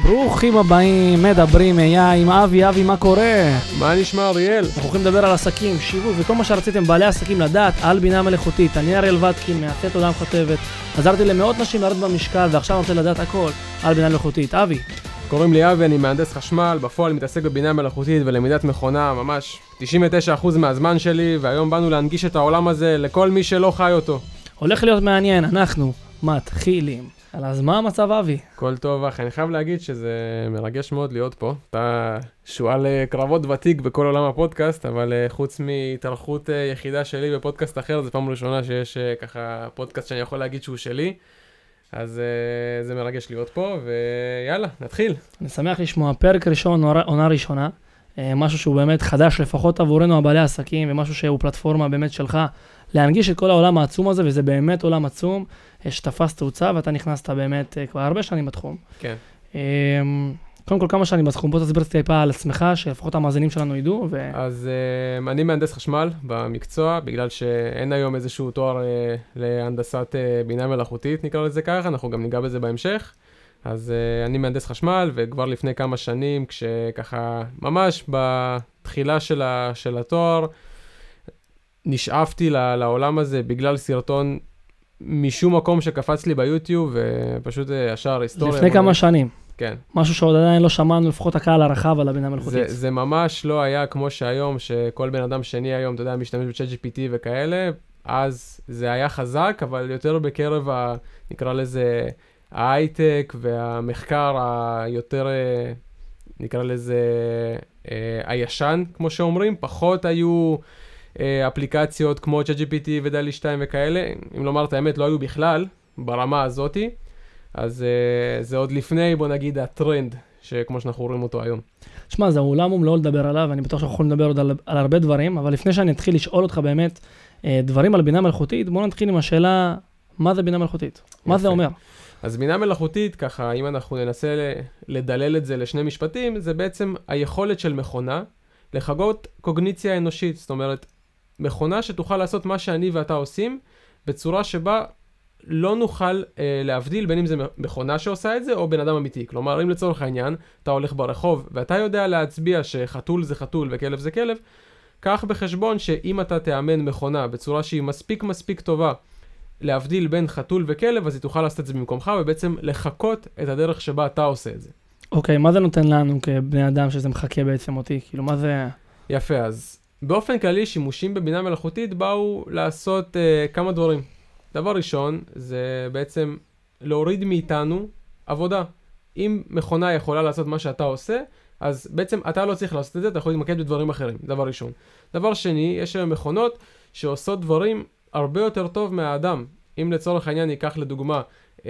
ברוכים הבאים, מדברים עם אבי, מה קורה? מה נשמע אריאל? אנחנו הולכים לדבר על עסקים, שיווק וכל מה שרציתם בעלי עסקים לדעת על בינה מלאכותית. אני אריאל ודקין, מעשית עולם כתבת. עזרתי למאות נשים לרדת במשקל ועכשיו אני רוצה לדעת הכל על בינה מלאכותית. אבי. קוראים לי אבי, אני מהנדס חשמל, בפועל מתעסק בבינה מלאכותית ולמידת מכונה ממש 99% מהזמן שלי, והיום באנו להנגיש את העולם הזה לכל מי שלא חי אותו. הולך להיות מעניין, אנחנו מתחילים. אז מה המצב אבי? כל טוב אח, אני חייב להגיד שזה מרגש מאוד להיות פה. אתה שואל קרבות ותיק בכל עולם הפודקאסט, אבל חוץ מהתארחות יחידה שלי בפודקאסט אחר, זו פעם ראשונה שיש ככה פודקאסט שאני יכול להגיד שהוא שלי. אז זה מרגש להיות פה, ויאללה, נתחיל. אני שמח לשמוע פרק ראשון, עונה ראשונה, משהו שהוא באמת חדש לפחות עבורנו הבעלי העסקים, ומשהו שהוא פלטפורמה באמת שלך, להנגיש את כל העולם העצום הזה, וזה באמת עולם עצום, שתפס תאוצה, ואתה נכנסת באמת כבר הרבה שנים בתחום. כן. קודם כל כמה שנים בתחום, בוא תסביר טיפה על עצמך, שלפחות המאזינים שלנו ידעו. אז אני מהנדס חשמל במקצוע, בגלל שאין היום איזשהו תואר להנדסת בינה מלאכותית, נקרא לזה ככה, אנחנו גם ניגע בזה בהמשך. אז אני מהנדס חשמל, וכבר לפני כמה שנים, כשככה ממש בתחילה של התואר, נשאפתי לעולם הזה בגלל סרטון משום מקום שקפץ לי ביוטיוב, ופשוט ישר היסטוריה. לפני כמה שנים. כן. משהו שעוד עדיין לא שמענו, לפחות הקהל הרחב על הבינה מלאכותית. זה ממש לא היה כמו שהיום, שכל בן אדם שני היום, אתה יודע, משתמש ב-ChatGPT וכאלה, אז זה היה חזק, אבל יותר בקרב, נקרא לזה, ההייטק והמחקר היותר, נקרא לזה, הישן, כמו שאומרים, פחות היו אפליקציות כמו ChatGPT ודלי 2 וכאלה, אם לומר את האמת, לא היו בכלל ברמה הזאתי, אז זה עוד לפני, בוא נגיד, הטרנד, שכמו שאנחנו רואים אותו היום. שמע, זה עולם ומלואו לדבר עליו, ואני בטוח שאנחנו יכולים לדבר עוד על הרבה דברים, אבל לפני שאני אתחיל לשאול אותך באמת דברים על בינה מלאכותית, בוא נתחיל עם השאלה, מה זה בינה מלאכותית? מה זה אומר? אז בינה מלאכותית, ככה, אם אנחנו ננסה לדלל את זה לשני משפטים, זה בעצם היכולת של מכונה לחגות קוגניציה אנושית, זאת אומרת, מכונה שתוכל לעשות מה שאני ואתה עושים, בצורה שבה לא נוכל להבדיל בין אם זה מכונה שעושה את זה או בן אדם אמיתי. כלומר, אם לצורך העניין, אתה הולך ברחוב ואתה יודע להצביע שחתול זה חתול וכלב זה כלב, קח בחשבון שאם אתה תאמן מכונה בצורה שהיא מספיק טובה להבדיל בין חתול וכלב, אז היא תוכל לעשות את זה במקומך ובעצם לחכות את הדרך שבה אתה עושה את זה. אוקיי, מה זה נותן לנו כבני אדם שזה מחכה בעצם אותי? כאילו, מה זה... יפה, אז באופן כללי שימושים בבינה מלאכותית באו לעשות כמה דברים. דבר ראשון, זה בעצם להוריד מאיתנו עבודה. אם מכונה יכולה לעשות מה שאתה עושה, אז בעצם אתה לא צריך לעשות את זה, אתה יכול להתמקד בדברים אחרים, דבר ראשון. דבר שני, יש היום מכונות שעושות דברים הרבה יותר טוב מהאדם. אם לצורך העניין ניקח לדוגמה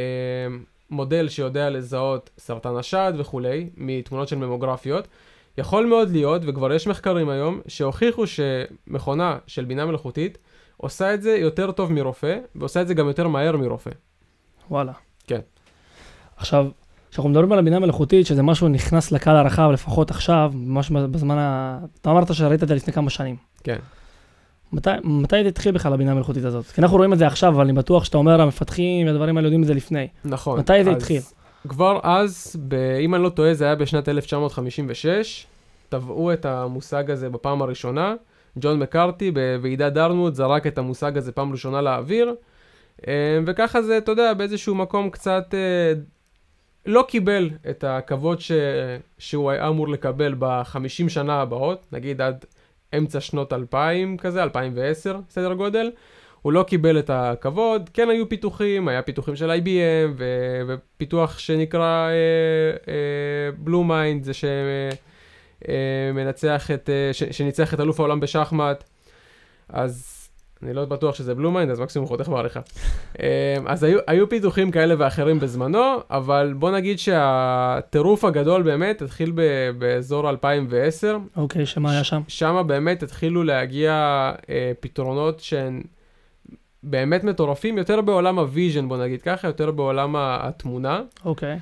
מודל שיודע לזהות סרטן השד וכולי, מתמונות של ממוגרפיות, יכול מאוד להיות, וכבר יש מחקרים היום, שהוכיחו שמכונה של בינה מלאכותית עושה את זה יותר טוב מרופא, ועושה את זה גם יותר מהר מרופא. וואלה. כן. עכשיו, כשאנחנו מדברים על הבינה מלאכותית, שזה משהו נכנס לקהל הרחב, לפחות עכשיו, ממש בזמן אתה אמרת שראית את זה לפני כמה שנים. כן. מתי תתחיל בכלל הבינה המלאכותית הזאת? כי אנחנו רואים את זה עכשיו, אבל אני בטוח שאתה אומר, המפתחים והדברים האלה יודעים את זה לפני. נכון. מתי זה התחיל? כבר אז, אם אני לא טועה, זה היה בשנת 1956, טבעו את המושג הזה בפעם הראשונה, ג'ון מקארתי בוועידת דרטמוט זרק את המושג הזה פעם ראשונה לאוויר, וככה זה, אתה יודע, באיזשהו מקום קצת לא קיבל את הכבוד שהוא היה אמור לקבל ב-50 שנה הבאות, נגיד עד אמצע שנות 2000 כזה, 2010 סדר גודל, הוא לא קיבל את הכבוד, כן היו פיתוחים, היה פיתוחים של IBM, ופיתוח שנקרא Blue Mind, זה שניצח את אלוף העולם בשחמט, אז אני לא בטוח שזה בלו מיינד, אז מקסימום חותך בעריכה. אז היו פיתוחים כאלה ואחרים בזמנו, אבל בוא נגיד שהטירוף הגדול באמת התחיל באזור 2010. אוקיי, שמה היה שם? שם באמת התחילו להגיע פתרונות שהן באמת מטורפים, יותר בעולם הוויז'ן, בוא נגיד ככה, יותר בעולם התמונה. אוקיי.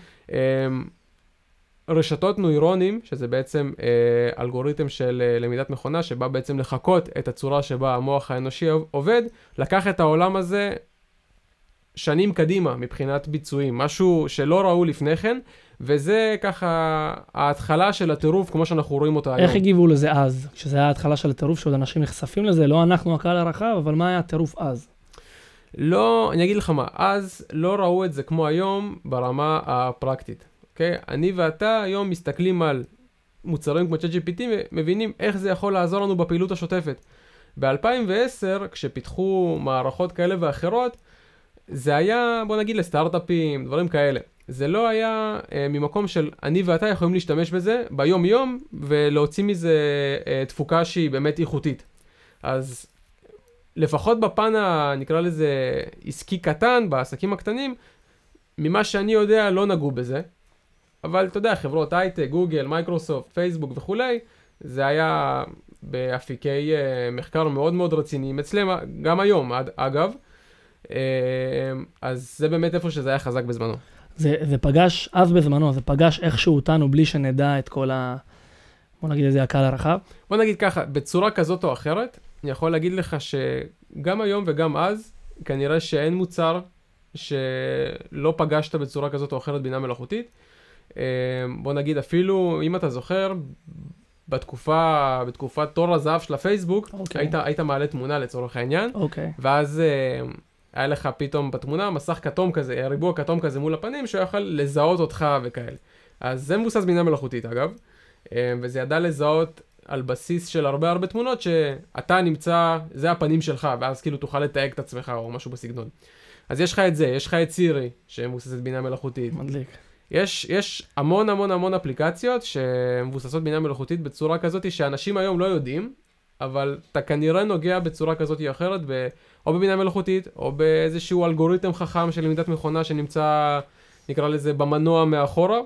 רשתות נוירונים, שזה בעצם אלגוריתם של למידת מכונה, שבא בעצם לחכות את הצורה שבה המוח האנושי עובד, לקח את העולם הזה שנים קדימה מבחינת ביצועים, משהו שלא ראו לפני כן, וזה ככה ההתחלה של הטירוף, כמו שאנחנו רואים אותה היום. איך הגיבו לזה אז? כשזה היה ההתחלה של הטירוף, שעוד אנשים נחשפים לזה, לא אנחנו הקהל הרחב, אבל מה היה הטירוף אז? לא, אני אגיד לך מה, אז לא ראו את זה כמו היום ברמה הפרקטית, אוקיי? אני ואתה היום מסתכלים על מוצרים כמו ChatGPT, מבינים איך זה יכול לעזור לנו בפעילות השוטפת. ב-2010, כשפיתחו מערכות כאלה ואחרות, זה היה, בוא נגיד, לסטארט-אפים, דברים כאלה. זה לא היה ממקום של אני ואתה יכולים להשתמש בזה ביום-יום, ולהוציא מזה תפוקה שהיא באמת איכותית. אז לפחות בפן, נקרא לזה, עסקי קטן, בעסקים הקטנים, ממה שאני יודע לא נגעו בזה. אבל אתה יודע, חברות הייטק, גוגל, מייקרוסופט, פייסבוק וכולי, זה היה באפיקי מחקר מאוד מאוד רציניים אצלם, גם היום, אגב. אז זה באמת איפה שזה היה חזק בזמנו. זה פגש, אז בזמנו, זה פגש איכשהו אותנו בלי שנדע את כל בוא נגיד איזה הקהל הרחב. בוא נגיד ככה, בצורה כזאת או אחרת, אני יכול להגיד לך שגם היום וגם אז, כנראה שאין מוצר שלא פגשת בצורה כזאת או אחרת בינה מלאכותית. בוא נגיד אפילו, אם אתה זוכר, בתקופת תור הזהב של הפייסבוק, היית מעלה תמונה לצורך העניין, ואז היה לך פתאום בתמונה מסך כתום כזה, ריבוע כתום כזה מול הפנים, שהוא יכול לזהות אותך וכאלה. אז זה מבוסס בינה מלאכותית אגב, וזה ידע לזהות על בסיס של הרבה תמונות, שאתה נמצא, זה הפנים שלך, ואז כאילו תוכל לתייג את עצמך או משהו בסגנון. אז יש לך את זה, יש לך את סירי, שמבוססת בינה מלאכותית. מדליק. יש המון אפליקציות שמבוססות בינה מלאכותית בצורה כזאת שאנשים היום לא יודעים, אבל אתה כנראה נוגע בצורה כזאת או אחרת, או בבינה מלאכותית, או באיזשהו אלגוריתם חכם של למידת מכונה שנמצא, נקרא לזה, במנוע מאחורה.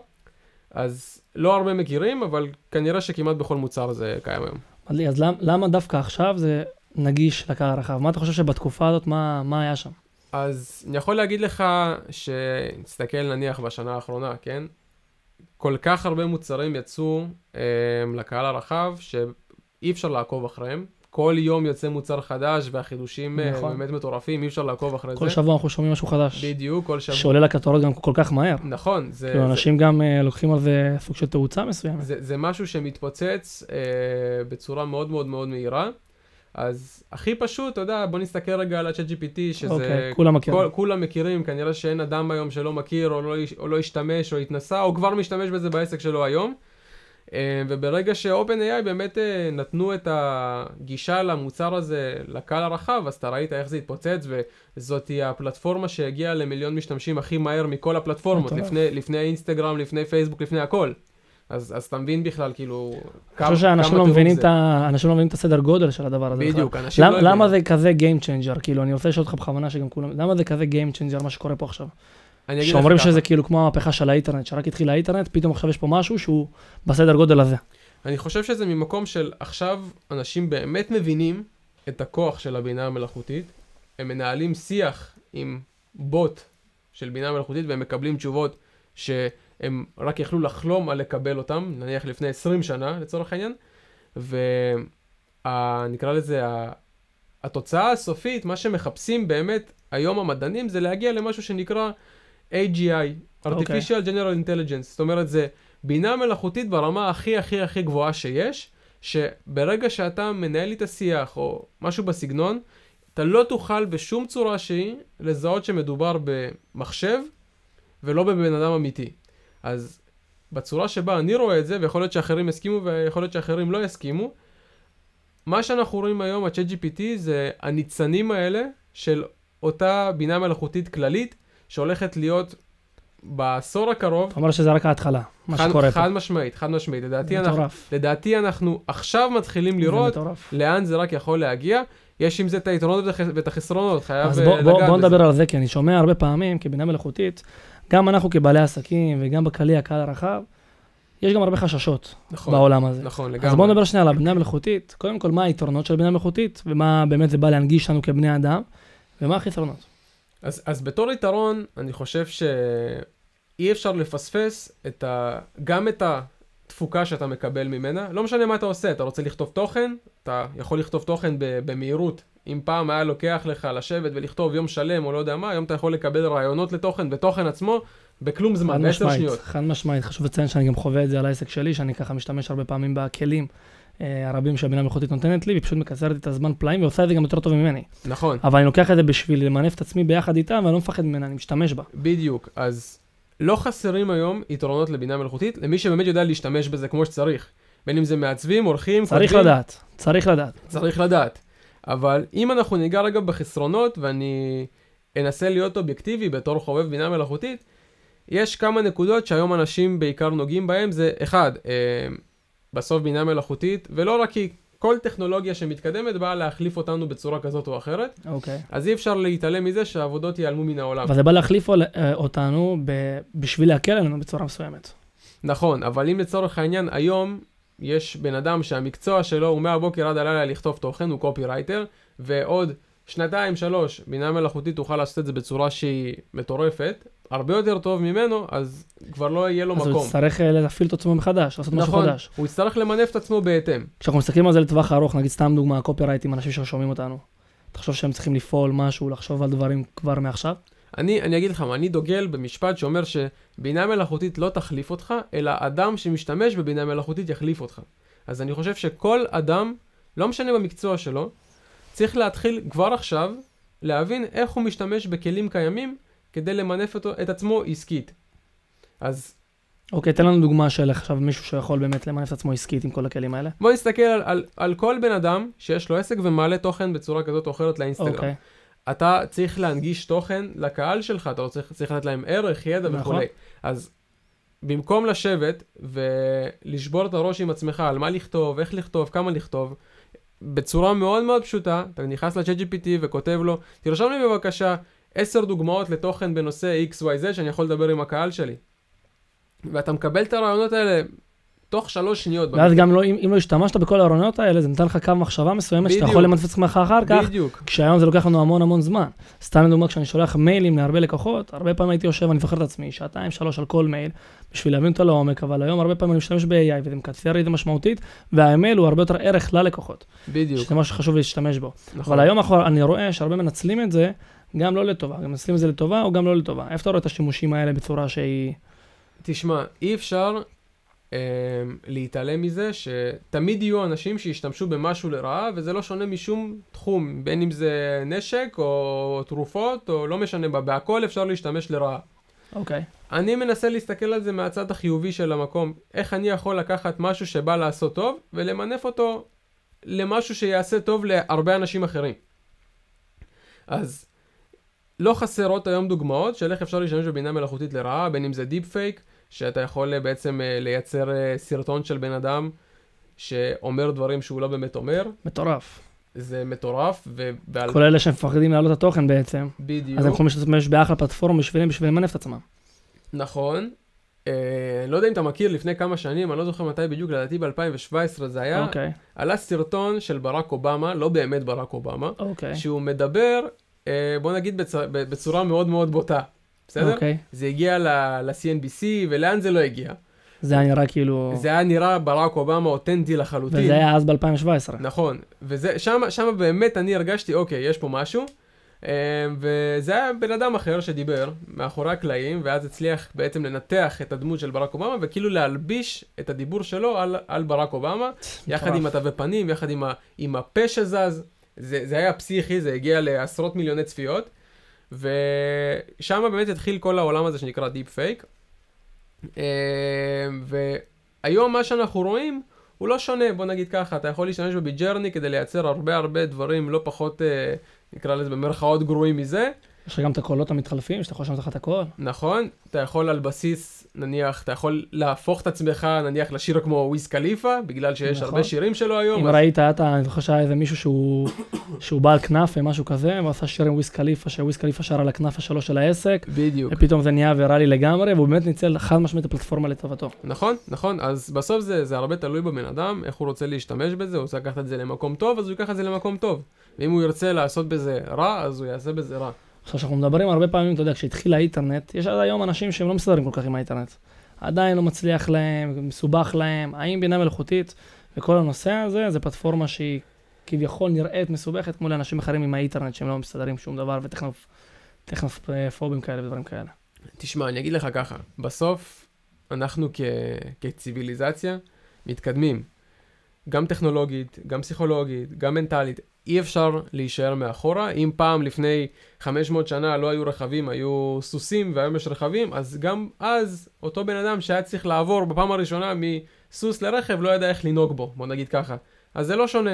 אז לא הרבה מכירים, אבל כנראה שכמעט בכל מוצר זה קיים היום. מדליק, אז למה דווקא עכשיו זה נגיש לקהל הרחב? מה אתה חושב שבתקופה הזאת, מה היה שם? אז אני יכול להגיד לך שנסתכל נניח בשנה האחרונה, כן? כל כך הרבה מוצרים יצאו לקהל הרחב שאי אפשר לעקוב אחריהם. כל יום יוצא מוצר חדש והחידושים באמת מטורפים, אי אפשר לעקוב אחרי זה. כל שבוע אנחנו שומעים משהו חדש. בדיוק, כל שבוע. שעולה לכותרות גם כל כך מהר. נכון. אנשים גם לוקחים על זה סוג של תאוצה מסוימת. זה משהו שמתפוצץ בצורה מאוד מאוד מאוד מהירה. אז הכי פשוט, אתה יודע, בוא נסתכל רגע על ה-ChatGPT, שזה כולם מכירים, כנראה שאין אדם היום שלא מכיר, או לא ישתמש, או יתנסה, או כבר משתמש בזה בעסק שלו היום. וברגע ש-OpenAI באמת נתנו את הגישה למוצר הזה לקהל הרחב, אז אתה ראית איך זה התפוצץ, וזאת היא הפלטפורמה שהגיעה למיליון משתמשים הכי מהר מכל הפלטפורמות, לפני אינסטגרם, לפני פייסבוק, לפני הכל. אז אתה מבין בכלל, כאילו, אני חושב שאנשים לא מבינים את הסדר גודל של הדבר הזה. בדיוק, אנשים לא מבינים. למה זה כזה Game Changer? כאילו, אני רוצה לשאול אותך בכוונה שגם כולם, למה זה כזה Game Changer, מה שקורה פה עכשיו? שאומרים שזה כאילו כמו המהפכה של האינטרנט, שרק התחיל האינטרנט, פתאום עכשיו יש פה משהו שהוא בסדר גודל הזה. אני חושב שזה ממקום של עכשיו אנשים באמת מבינים את הכוח של הבינה המלאכותית, הם מנהלים שיח עם בוט של בינה מלאכותית, והם מקבלים תשובות הם רק יכלו לחלום על לקבל אותם, נניח לפני 20 שנה, לצורך העניין, ונקרא לזה, התוצאה הסופית, מה שמחפשים באמת היום המדענים, זה להגיע למשהו שנקרא AGI, Artificial General Intelligence, זאת אומרת, זה בינה מלאכותית ברמה הכי גבוהה שיש, שברגע שאתה מנהל את השיח, או משהו בסגנון, אתה לא תוכל בשום צורה שהיא לזהות שמדובר במחשב, ולא בבן אדם אמיתי. אז בצורה שבה אני רואה את זה, ויכול להיות שאחרים יסכימו ויכול להיות שאחרים לא יסכימו, מה שאנחנו רואים היום, ה-ChatGPT, זה הניצנים האלה של אותה בינה מלאכותית כללית, שהולכת להיות בעשור הקרוב. אתה אומר שזה רק ההתחלה, מה שקורה פה. חד משמעית. לדעתי אנחנו עכשיו מתחילים לראות לאן זה רק יכול להגיע. יש עם זה את היתרונות ואת החסרונות, חייב לגעת בזה. אז בוא נדבר על זה, כי אני שומע הרבה פעמים כבינה מלאכותית, גם אנחנו כבעלי עסקים וגם בקהל הקהל הרחב, יש גם הרבה חששות בעולם הזה. נכון, לגמרי. אז בוא נדבר שנייה על הבינה מלאכותית. קודם כל, מה היתרונות של בינה מלאכותית, ומה באמת זה בא להנגיש לנו כבני אדם, ומה החסרונות? אז בתור יתרון, אני חושב שאי אפשר לפספס גם את התפוקה שאתה מקבל ממנה. לא משנה מה אתה עושה, אתה רוצה לכתוב תוכן, אתה יכול לכתוב תוכן במהירות. אם פעם היה לוקח לך לשבת ולכתוב יום שלם או לא יודע מה, היום אתה יכול לקבל רעיונות לתוכן, בתוכן עצמו, בכלום זמן, ב10 שניות. חד משמעית, חשוב לציין שאני גם חווה את זה על העסק שלי, שאני ככה משתמש הרבה פעמים בכלים הרבים שהבינה המלאכותית נותנת לי, והיא פשוט מקצרת את הזמן פלאים, ועושה את זה גם יותר טוב ממני. נכון. אבל אני לוקח את זה בשביל למנף את עצמי ביחד איתה, ואני לא מפחד ממנה, אני משתמש בה. בדיוק, אז לא חסרים היום יתרונות לבינה מלאכותית, למי שבאמת יודע להשתמש בזה כמו שצריך. בין אם זה מעצבים, עורכים, צריך לדעת, צריך לדעת. צריך לדעת. אבל אם אנחנו ניגע רגע בחסרונות, ואני אנסה להיות אובייקטיבי בתור חובב בינה מלאכותית, יש כמה נקודות שהיום אנשים בעיקר נוגעים בהם, זה אחד, בסוף בינה מלאכותית, ולא רק כי כל טכנולוגיה שמתקדמת באה להחליף אותנו בצורה כזאת או אחרת, אוקיי. אז אי אפשר להתעלם מזה שהעבודות ייעלמו מן העולם. אבל זה בא להחליף אותנו בשביל להקל עלינו בצורה מסוימת. נכון, אבל אם לצורך העניין היום יש בן אדם שהמקצוע שלו הוא מהבוקר עד הלילה לכתוב תוכן, הוא קופירייטר, ועוד 2-3 בינה מלאכותית תוכל לעשות את זה בצורה שהיא מטורפת, הרבה יותר טוב ממנו, אז כבר לא יהיה לו מקום. אז הוא יצטרך להפעיל את עצמו מחדש, לעשות משהו חדש. נכון, הוא יצטרך למנף את עצמו בהתאם. כשאנחנו מסתכלים על זה לטווח הארוך, נגיד סתם דוגמה, הקופירייטים, אנשים ששומעים אותנו, תחשוב שהם צריכים לפעול משהו, לחשוב על דברים כבר מעכשיו? אני אגיד לך, אני דוגל במשפט שאומר שבינה מלאכותית לא תחליף אותך, אלא אדם שמשתמש בבינה מלאכותית יחליף אותך. אז אני חושב שכל אדם, לא משנה במקצוע שלו, צריך להתחיל כבר עכשיו להבין איך הוא משתמש בכלים קיימים כדי למנף את עצמו עסקית. אז אוקיי, תן לנו דוגמה של עכשיו מישהו שיכול באמת למנף את עצמו עסקית עם כל הכלים האלה. בוא נסתכל על כל בן אדם שיש לו עסק ומעלה תוכן בצורה כזאת או אחרת לאינסטגרם. אוקיי. אתה צריך להנגיש תוכן לקהל שלך, אתה לא צריך לתת להם ערך, ידע וכו'. אז במקום לשבת ולשבור את הראש עם עצמך על מה לכתוב, איך לכתוב, כמה לכתוב, בצורה מאוד מאוד פשוטה, אתה נכנס ל-ChatGPT וכותב לו, תרשום לי בבקשה 10 דוגמאות לתוכן בנושא XYZ שאני יכול לדבר עם הקהל שלי. ואתה מקבל את הרעיונות האלה תוך 3 שניות. ואז גם לא, אם לא השתמשת בכל הרעיונות האלה, זה נתן לך קו מחשבה מסוימת שאתה יכול למנף את עצמך אחר כך, כשהיום זה לוקח לנו המון זמן. סתם לדוגמה, כשאני שולח מיילים להרבה לקוחות, הרבה פעמים הייתי יושב, אני זוכר את עצמי, 2-3 על כל מייל, בשביל להבין אותו לעומק, אבל היום הרבה פעמים אני משתמש ב-AI, וזה מקצר לי את המשמעותית, והאימייל הוא הרבה יותר ערך ללקוחות. בדיוק. שזה משהו שחשוב להשתמש בו. אבל היום אני רואה שהרבה מנצלים את זה, גם לא לטובה, גם מנצלים את זה לטובה או גם לא לטובה. איפה אתה רואה את השימושים האלה בצורה שהיא... תשמע, אי אפשר להתעלם מזה שתמיד יהיו אנשים שישתמשו במשהו לרעה, וזה לא שונה משום תחום, בין אם זה נשק או תרופות, או לא משנה, בהכל אפשר להשתמש לרעה. אוקיי. אני מנסה להסתכל על זה מהצד החיובי של המקום, איך אני יכול לקחת משהו שבא לעשות טוב, ולמנף אותו למשהו שיעשה טוב להרבה אנשים אחרים. אז לא חסרות היום דוגמאות של איך אפשר להשתמש בבינה מלאכותית לרעה, בין אם זה דיפ פייק, שאתה יכול בעצם לייצר סרטון של בן אדם שאומר דברים שהוא לא באמת אומר. מטורף. זה מטורף. כל אלה שמפחדים להעלות את התוכן בעצם. בדיוק. אז הם יכולים להשתמש באחלה פלטפורמה בשביל למנף את עצמם. נכון. לא יודע אם אתה מכיר לפני כמה שנים, אני לא זוכר מתי בדיוק, לדעתי ב-2017 זה היה. אוקיי. עלה סרטון של ברק אובמה, לא באמת ברק אובמה, אוקיי. שהוא מדבר, בוא נגיד בצורה מאוד מאוד בוטה. בסדר? אוקיי. זה הגיע ל-CNBC, ולאן זה לא הגיע? זה היה נראה כאילו... זה היה נראה ברק אובמה אותנטי לחלוטין. וזה היה אז ב-2017. נכון. ושם באמת אני הרגשתי, אוקיי, יש פה משהו. וזה היה בן אדם אחר שדיבר מאחורי הקלעים, ואז הצליח בעצם לנתח את הדמות של ברק אובמה, וכאילו להלביש את הדיבור שלו על ברק אובמה, יחד עם התווי פנים, יחד עם הפה שזז. זה היה פסיכי, זה הגיע לעשרות מיליוני צפיות. ושם באמת התחיל כל העולם הזה שנקרא דיפ פייק. והיום מה שאנחנו רואים הוא לא שונה, בוא נגיד ככה, אתה יכול להשתמש בבידג'רני כדי לייצר הרבה דברים לא פחות, נקרא לזה במרכאות גרועים מזה. יש לך גם את הקולות המתחלפים, שאתה יכול לשנות לך את הקול. נכון, אתה יכול על בסיס, נניח, אתה יכול להפוך את עצמך, נניח, לשיר כמו וויז קליפה, בגלל שיש נכון. הרבה שירים שלו היום. אם אז... ראית, אני זוכר שהיה איזה מישהו שהוא בעל כנף ומשהו כזה, ועשה שיר עם וויז קליפה, שוויז קליפה שר על הכנף שלו של העסק. בדיוק. ופתאום זה נהיה ויראלי לגמרי, והוא באמת ניצל חד משמעית את הפלטפורמה לטובתו. נכון, אז בסוף זה הרבה תלוי בבן אדם, איך הוא רוצה להשתמש בזה, הוא רוצה לקחת את זה למקום טוב, אז הוא ייקח את זה למקום טוב. ואם הוא ירצה לעשות בזה רע, אז הוא יעשה בזה רע. עכשיו, שאנחנו מדברים הרבה פעמים, אתה יודע, כשהתחיל האינטרנט, יש עד היום אנשים שהם לא מסתדרים כל כך עם האינטרנט. עדיין לא מצליח להם, מסובך להם, האם בינה מלאכותית, וכל הנושא הזה, זה פלטפורמה שהיא כביכול נראית מסובכת, כמו לאנשים אחרים עם האינטרנט, שהם לא מסתדרים שום דבר, וטכנופובים כאלה ודברים כאלה. תשמע, אני אגיד לך ככה, בסוף אנחנו כציביליזציה מתקדמים, גם טכנולוגית, גם פסיכולוגית, גם מנטלית. אי אפשר להישאר מאחורה. אם פעם לפני 500 שנה לא היו רכבים, היו סוסים והיום יש רכבים, אז גם אז אותו בן אדם שהיה צריך לעבור בפעם הראשונה מסוס לרכב לא ידע איך לנהוג בו, בוא נגיד ככה. אז זה לא שונה.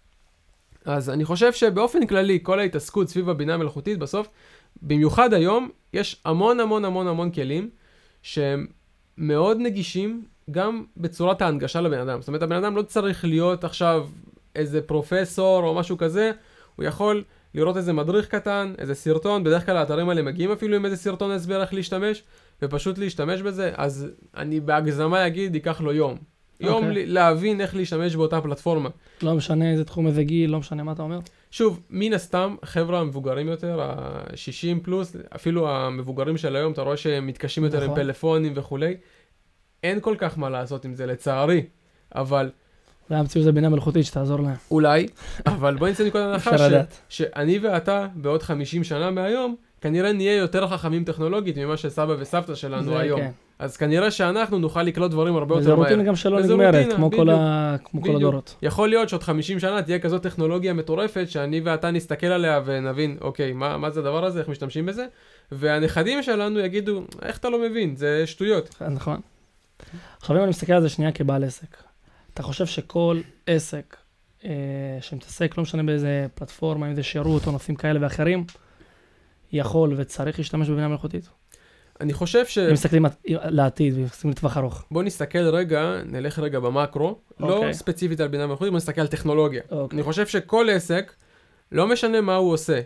אז אני חושב שבאופן כללי כל ההתעסקות סביב הבינה המלאכותית בסוף, במיוחד היום, יש המון המון המון המון כלים שהם מאוד נגישים גם בצורת ההנגשה לבן אדם. זאת אומרת, הבן אדם לא צריך להיות עכשיו איזה פרופסור או משהו כזה, הוא יכול לראות איזה מדריך קטן, איזה סרטון, בדרך כלל האתרים האלה מגיעים אפילו עם איזה סרטון הסבר איך להשתמש, ופשוט להשתמש בזה, אז אני בהגזמה אגיד, ייקח לו יום. יום להבין איך להשתמש באותה פלטפורמה. לא משנה איזה תחום, איזה גיל, לא משנה מה אתה אומר. שוב, מן הסתם, חבר'ה המבוגרים יותר, ה-60 פלוס, אפילו המבוגרים של היום, אתה רואה שהם מתקשים יותר עם פלאפונים וכולי. אין כל כך מה לעשות עם זה, לצערי, אבל... אולי המציאו זה בינה מלאכותית שתעזור להם. אולי, אבל בואי נצא נקודת הנחה שאני ואתה, בעוד 50 שנה מהיום, כנראה נהיה יותר חכמים טכנולוגית ממה שסבא וסבתא שלנו היום. כן. אז כנראה שאנחנו נוכל לקלוט דברים הרבה יותר מהר. וזה רוטינה גם שלא נגמרת, כמו כל הדורות. יכול להיות שעוד 50 שנה תהיה כזאת טכנולוגיה מטורפת, שאני ואתה נסתכל עליה ונבין, אוקיי, מה זה הדבר הזה, איך משתמשים בזה? והנכדים שלנו יגידו, איך אתה לא מבין? זה שטויות. נכון. עכשיו אם אני מסתכל על זה שנייה כבעל עסק, אתה חושב שכל עסק שמתעסק, לא משנה באיזה פלטפורמה, אם זה שירות או נושאים כאלה ואחרים, יכול וצריך להשתמש בבינה מלאכותית? אני חושב אם מסתכלים לעתיד ומסתכלים לטווח ארוך. בוא נסתכל רגע, נלך רגע במקרו, לא ספציפית על בינה מלאכותית, בוא נסתכל על טכנולוגיה. אני חושב שכל עסק, לא משנה מה הוא עושה,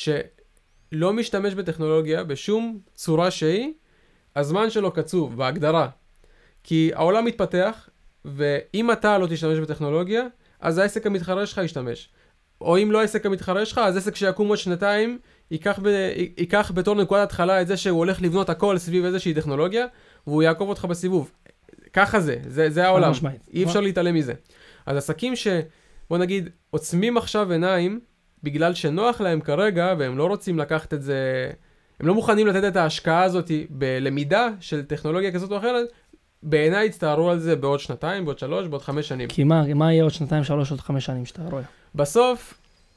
שלא משתמש בטכנולוגיה בשום צורה שהיא, הזמן שלו קצוב, בהגדרה. כי העולם מתפתח, ואם אתה לא תשתמש בטכנולוגיה, אז העסק המתחרה שלך ישתמש. או אם לא העסק המתחרה שלך, אז עסק שיקום עוד שנתיים, ייקח בתור נקודת התחלה את זה שהוא הולך לבנות הכל סביב איזושהי טכנולוגיה, והוא יעקוב אותך בסיבוב. ככה זה העולם. אי אפשר להתעלם מזה. אז עסקים בוא נגיד, עוצמים עכשיו עיניים, בגלל שנוח להם כרגע, והם לא רוצים לקחת את זה, הם לא מוכנים לתת את ההשקעה הזאת בלמידה של טכנולוגיה כזאת או אחרת, בעיניי יצטערו על זה בעוד 2, בעוד 3, בעוד 5 שנים. כי מה יהיה עוד 2, 3, עוד 5 שנים שאתה רואה? בסוף,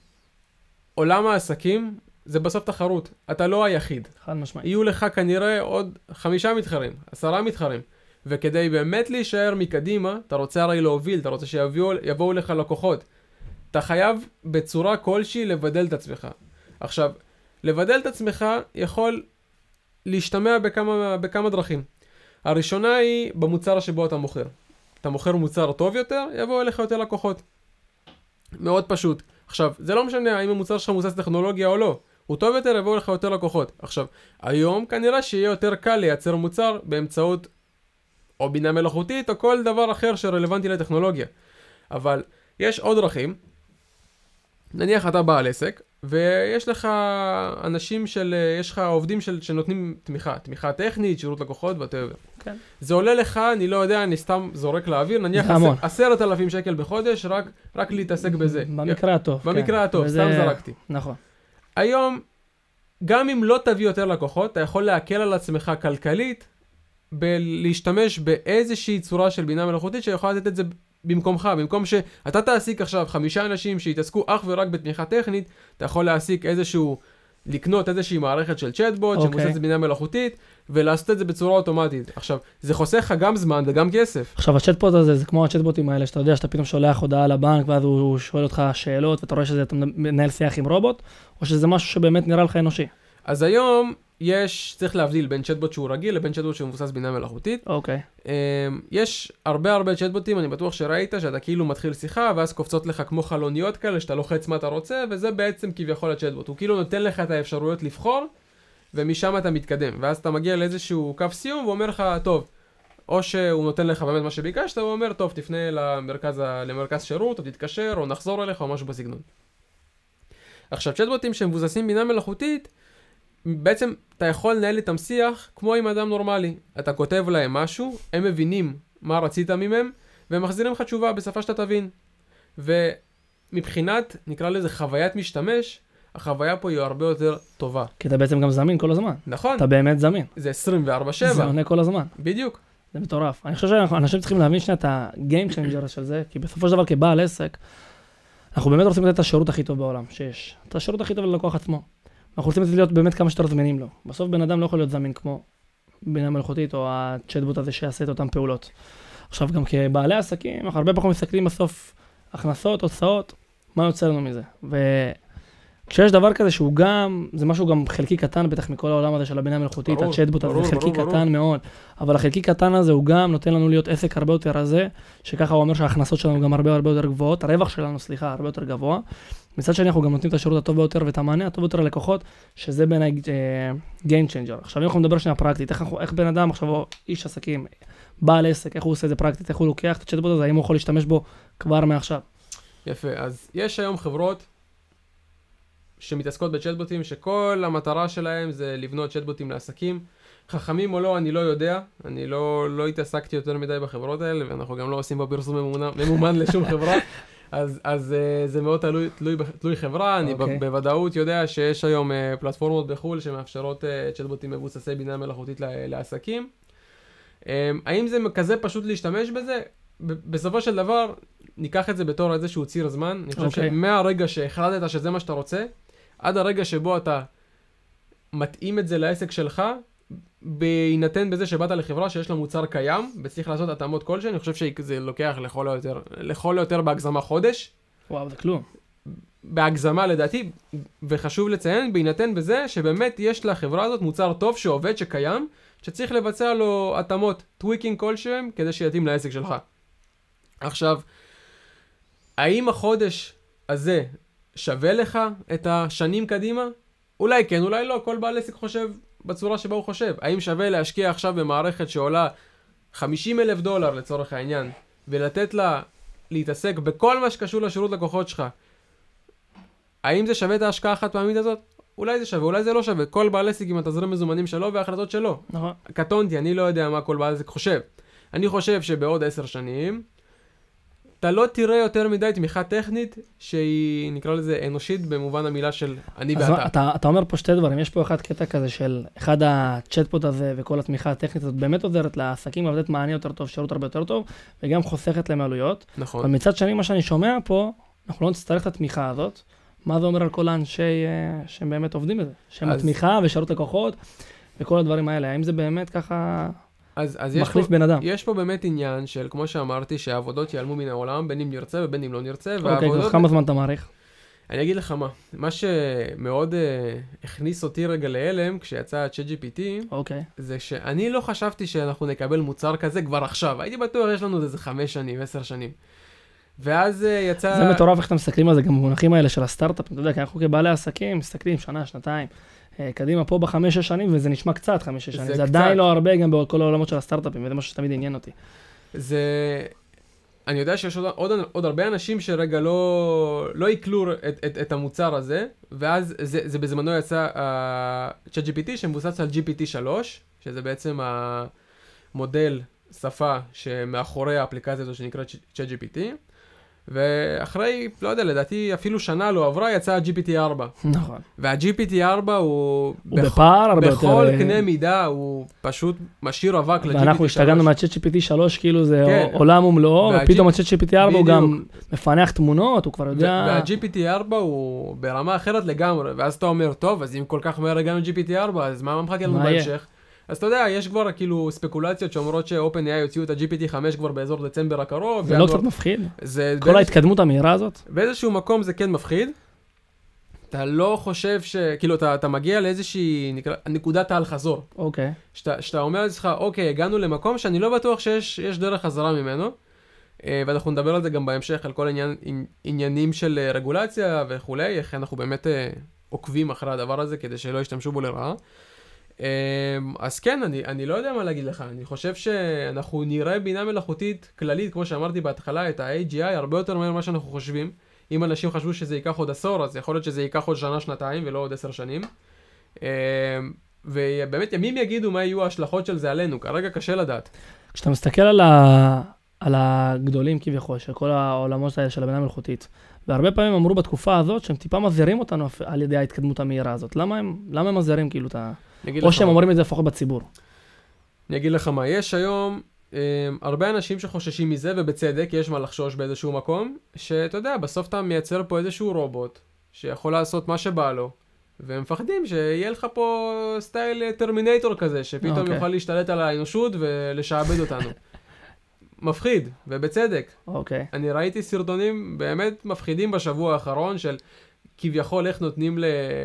עולם העסקים זה בסוף תחרות. אתה לא היחיד. חד משמעית. יהיו לך כנראה עוד 5 מתחרים, 10 מתחרים. וכדי באמת להישאר מקדימה, אתה רוצה הרי להוביל, אתה רוצה שיבואו לך לקוחות. אתה חייב בצורה כלשהי לבדל את עצמך. עכשיו, לבדל את עצמך יכול להשתמע בכמה דרכים. הראשונה היא במוצר שבו אתה מוכר. אתה מוכר מוצר טוב יותר, יבואו אליך יותר לקוחות. מאוד פשוט. עכשיו, זה לא משנה האם המוצר שלך מוצץ טכנולוגיה או לא. הוא טוב יותר, יבואו לך יותר לקוחות. עכשיו, היום כנראה שיהיה יותר קל לייצר מוצר באמצעות או בינה מלאכותית או כל דבר אחר שרלוונטי לטכנולוגיה. אבל יש עוד דרכים. נניח אתה בעל עסק, ויש לך אנשים יש לך עובדים שנותנים תמיכה טכנית, שירות לקוחות וטבע. כן. זה עולה לך, אני לא יודע, אני סתם זורק לאוויר, נניח 10,000 שקל בחודש, רק להתעסק בזה. במקרה הטוב. במקרה הטוב, סתם זרקתי. נכון. היום, גם אם לא תביא יותר לקוחות, אתה יכול להקל על עצמך כלכלית, להשתמש באיזושהי צורה של בינה מלאכותית שיכולה לתת את זה במקומך. במקום שאתה תעסיק עכשיו 5 אנשים שיתעסקו אך ורק בתמיכה טכנית, אתה יכול להעסיק לקנות איזושהי מערכת של צ'אטבוט שמבוססת בינה מלאכותית, ולעשות את זה בצורה אוטומטית. עכשיו, זה חוסך לך גם זמן וגם כסף. עכשיו, הצ'אטבוט הזה, זה כמו הצ'אטבוטים האלה, שאתה יודע שאתה פתאום שולח הודעה לבנק, ואז הוא שואל אותך שאלות, ואתה רואה שאתה מנהל שיח עם רובוט, או שזה משהו שבאמת נראה לך אנושי. אז היום צריך להבדיל בין צ'אטבוט שהוא רגיל לבין צ'אטבוט שהוא מבוסס בינה מלאכותית. אוקיי. יש הרבה צ'אטבוטים, אני בטוח שראית, שאתה כאילו מתחיל שיחה, ואז קופצות לך כמו חלוניות כאלה, שאתה לוחץ מה אתה רוצה, וזה בעצם כביכול הצ'אטבוט. הוא כאילו נותן לך את האפשרויות לבחור, ומשם אתה מתקדם. ואז אתה מגיע לאיזשהו קו סיום, ואומר לך, טוב, או שהוא נותן לך באמת מה שביקשת, הוא אומר, טוב, תפנה למרכז שירות, או תתקשר, או נחזור אליך, או משהו בסגנון. עכשיו, צ'אטבוטים שמבוססים בינה מלאכותית, בעצם אתה יכול לנהל איתם שיח כמו עם אדם נורמלי. אתה כותב להם משהו, הם מבינים מה רצית ממהם, והם מחזירים לך תשובה בשפה שאתה תבין. ומבחינת, נקרא לזה חוויית משתמש, החוויה פה היא הרבה יותר טובה. כי אתה בעצם גם זמין כל הזמן. נכון. אתה באמת זמין. זה 24/7. זה עונה כל הזמן. בדיוק. זה מטורף. אני חושב שאנשים צריכים להבין שנייה את ה-game changer של זה, כי בסופו של דבר כבעל עסק, אנחנו באמת רוצים לתת את השירות הכי טוב בעולם שיש. את השירות הכי טוב ללקוח עצמו. אנחנו רוצים להיות באמת כמה שיותר זמינים לו. בסוף בן אדם לא יכול להיות זמין כמו בינה מלאכותית או הצ'אטבוט הזה שיעשה את אותן פעולות. עכשיו גם כבעלי עסקים, אנחנו הרבה פחות מסתכלים בסוף הכנסות, הוצאות, מה יוצא לנו מזה. וכשיש דבר כזה שהוא גם, זה משהו גם חלקי קטן בטח מכל העולם הזה של הבינה מלאכותית, הצ'אטבוט הזה, זה חלקי קטן מאוד, אבל החלקי קטן הזה הוא גם נותן לנו להיות עסק הרבה יותר רזה, שככה הוא אומר שההכנסות שלנו גם הרבה יותר גבוהות, הרווח שלנו, סליחה, הרבה יותר גבוה. מצד שני אנחנו גם נותנים את השירות הטוב ביותר ואת המענה הטוב ביותר ללקוחות, שזה בעיניי game changer. עכשיו אם אנחנו נדבר שנייה פרקטית, איך בן אדם עכשיו איש עסקים, בעל עסק, איך הוא עושה את זה פרקטית, איך הוא לוקח את הצ'אטבוט הזה, האם הוא יכול להשתמש בו כבר מעכשיו. יפה, אז יש היום חברות שמתעסקות בצ'אטבוטים, שכל המטרה שלהם זה לבנות צ'אטבוטים לעסקים. חכמים או לא, אני לא יודע, אני לא התעסקתי יותר מדי בחברות האלה, ואנחנו גם לא עושים בפרסום ממומן לשום חברה, אז זה מאוד תלוי חברה. אני בוודאות יודע שיש היום פלטפורמות בחול שמאפשרות צ'אטבוטים מבוססי בינה מלאכותית לעסקים. האם זה כזה פשוט להשתמש בזה? בסופו של דבר, ניקח את זה בתור איזשהו ציר זמן. אני חושב שמהרגע שהחלטת שזה מה שאתה רוצה, עד הרגע שבו אתה מתאים את זה לעסק שלך, בהינתן בזה שבאת לחברה שיש לה מוצר קיים, וצריך לעשות התאמות כלשהן, אני חושב שזה לוקח לכל היותר בהגזמה חודש. וואו, זה כלום. בהגזמה לדעתי, וחשוב לציין, בהינתן בזה שבאמת יש לחברה הזאת מוצר טוב שעובד, שקיים, שצריך לבצע לו התאמות, טוויקינג כלשהם, כדי שיתאים לעסק שלך. עכשיו, האם החודש הזה שווה לך את השנים קדימה? אולי כן, אולי לא, כל בעל עסק חושב בצורה שבה הוא חושב. האם שווה להשקיע עכשיו במערכת שעולה $50,000 לצורך העניין, ולתת לה להתעסק בכל מה שקשור לשירות לקוחות שלך? האם זה שווה את ההשקעה החד פעמית הזאת? אולי זה שווה, אולי זה לא שווה. כל בעל עסק עם התזרים מזומנים שלו וההחלטות שלו. נכון. קטונתי, אני לא יודע מה כל בעל עסק חושב. אני חושב שבעוד 10 שנים, אתה לא תראה יותר מדי תמיכה טכנית שהיא, נקרא לזה, אנושית במובן המילה של אני ואתה. אתה אומר פה שתי דברים, יש פה אחד קטע כזה של אחד הצ'אטבוט הזה וכל התמיכה הטכנית הזאת באמת עוזרת לעסקים לתת מענה יותר טוב, שירות הרבה יותר טוב, וגם חוסכת להם עלויות. נכון. אבל מצד שני, מה שאני שומע פה, אנחנו לא נצטרך את התמיכה הזאת. מה זה אומר על כל האנשי שהם באמת עובדים בזה? שהם התמיכה ושירות לקוחות וכל הדברים האלה. האם זה באמת ככה מחליף בן אדם? יש פה באמת עניין של, כמו שאמרתי, שהעבודות ייעלמו מן העולם, בין אם נרצה ובין אם לא נרצה. אוקיי, כמה זמן אתה מעריך? אני אגיד לך מה שמאוד הכניס אותי רגע להלם כשיצא ChatGPT, זה שאני לא חשבתי שאנחנו נקבל מוצר כזה כבר עכשיו. הייתי בטוח, יש לנו איזה 5 שנים, 10 שנים. ואז יצא... זה מטורף איך אתם מסתכלים על זה, גם במונחים האלה של הסטארט-אפ. אתה יודע, כי אנחנו כבעלי עסקים מסתכלים שנה, שנתיים, קדימה פה ב5-6 שנים, וזה נשמע קצת 5-6 שנים. זה עדיין לא הרבה גם בכל העולמות של הסטארט-אפים, וזה משהו שתמיד עניין אותי. אני יודע שיש עוד הרבה אנשים שרגע לא יקלו את המוצר הזה, ואז זה בזמנו יצא ChatGPT שמבוסס על GPT-3, שזה בעצם המודל שפה שמאחורי האפליקציה הזו שנקראת ChatGPT, ואחרי, לא יודע, לדעתי אפילו שנה לא עברה, יצא GPT-4. נכון. וה-GPT-4 הוא בפער הרבה יותר... בכל קנה מידה, הוא פשוט משאיר אבק ל-GPT-3. ואנחנו השתגענו מה-ChatGPT-3, כאילו זה עולם ומלואו, ופתאום ה-ChatGPT-4 הוא גם מפענח תמונות, הוא כבר יודע... וה-GPT-4 הוא ברמה אחרת לגמרי, ואז אתה אומר, טוב, אז אם כל כך מהר הגענו GPT-4, אז מה מחכה לנו בהמשך? אז אתה יודע, יש כבר כאילו ספקולציות שאומרות ש-OpenAI יוציאו את ה-GPT-5 כבר באזור דצמבר הקרוב. זה לא קצת מפחיד? כל ההתקדמות המהירה הזאת? באיזשהו מקום זה כן מפחיד. אתה לא חושב כאילו אתה מגיע לאיזושהי נקודת העל חזור. אוקיי. שאתה אומר לעצמך, אוקיי, הגענו למקום שאני לא בטוח שיש דרך חזרה ממנו. ואנחנו נדבר על זה גם בהמשך, על כל עניינים של רגולציה וכולי, איך אנחנו באמת עוקבים אחרי הדבר הזה כדי שלא ישתמשו בו לרעה. אז כן, אני לא יודע מה להגיד לך. אני חושב שאנחנו נראה בינה מלאכותית כללית, כמו שאמרתי בהתחלה, את ה-AGI הרבה יותר מהר ממה שאנחנו חושבים. אם אנשים חשבו שזה ייקח עוד 10, אז יכול להיות שזה ייקח עוד שנה, שנתיים, ולא עוד 10 שנים. ובאמת, ימים יגידו מה יהיו ההשלכות של זה עלינו. כרגע קשה לדעת. כשאתה מסתכל על הגדולים כביכול, של כל העולמות האלה של הבינה מלאכותית, והרבה פעמים אמרו בתקופה הזאת שהם טיפה מזהירים אותנו על ידי ההתקדמות המהירה הזאת. למה הם מזהירים כאילו את ה... או שהם אומרים את זה לפחות בציבור? אני אגיד לך מה, יש היום הרבה אנשים שחוששים מזה, ובצדק, יש מה לחשוש באיזשהו מקום, שאתה יודע, בסוף אתה מייצר פה איזשהו רובוט, שיכול לעשות מה שבא לו, והם מפחדים שיהיה לך פה סטייל טרמינטור כזה, שפתאום יוכל להשתלט על האנושות ולשעבד אותנו. מפחיד, ובצדק. אוקיי. אני ראיתי סרטונים באמת מפחידים בשבוע האחרון, של כביכול איך נותנים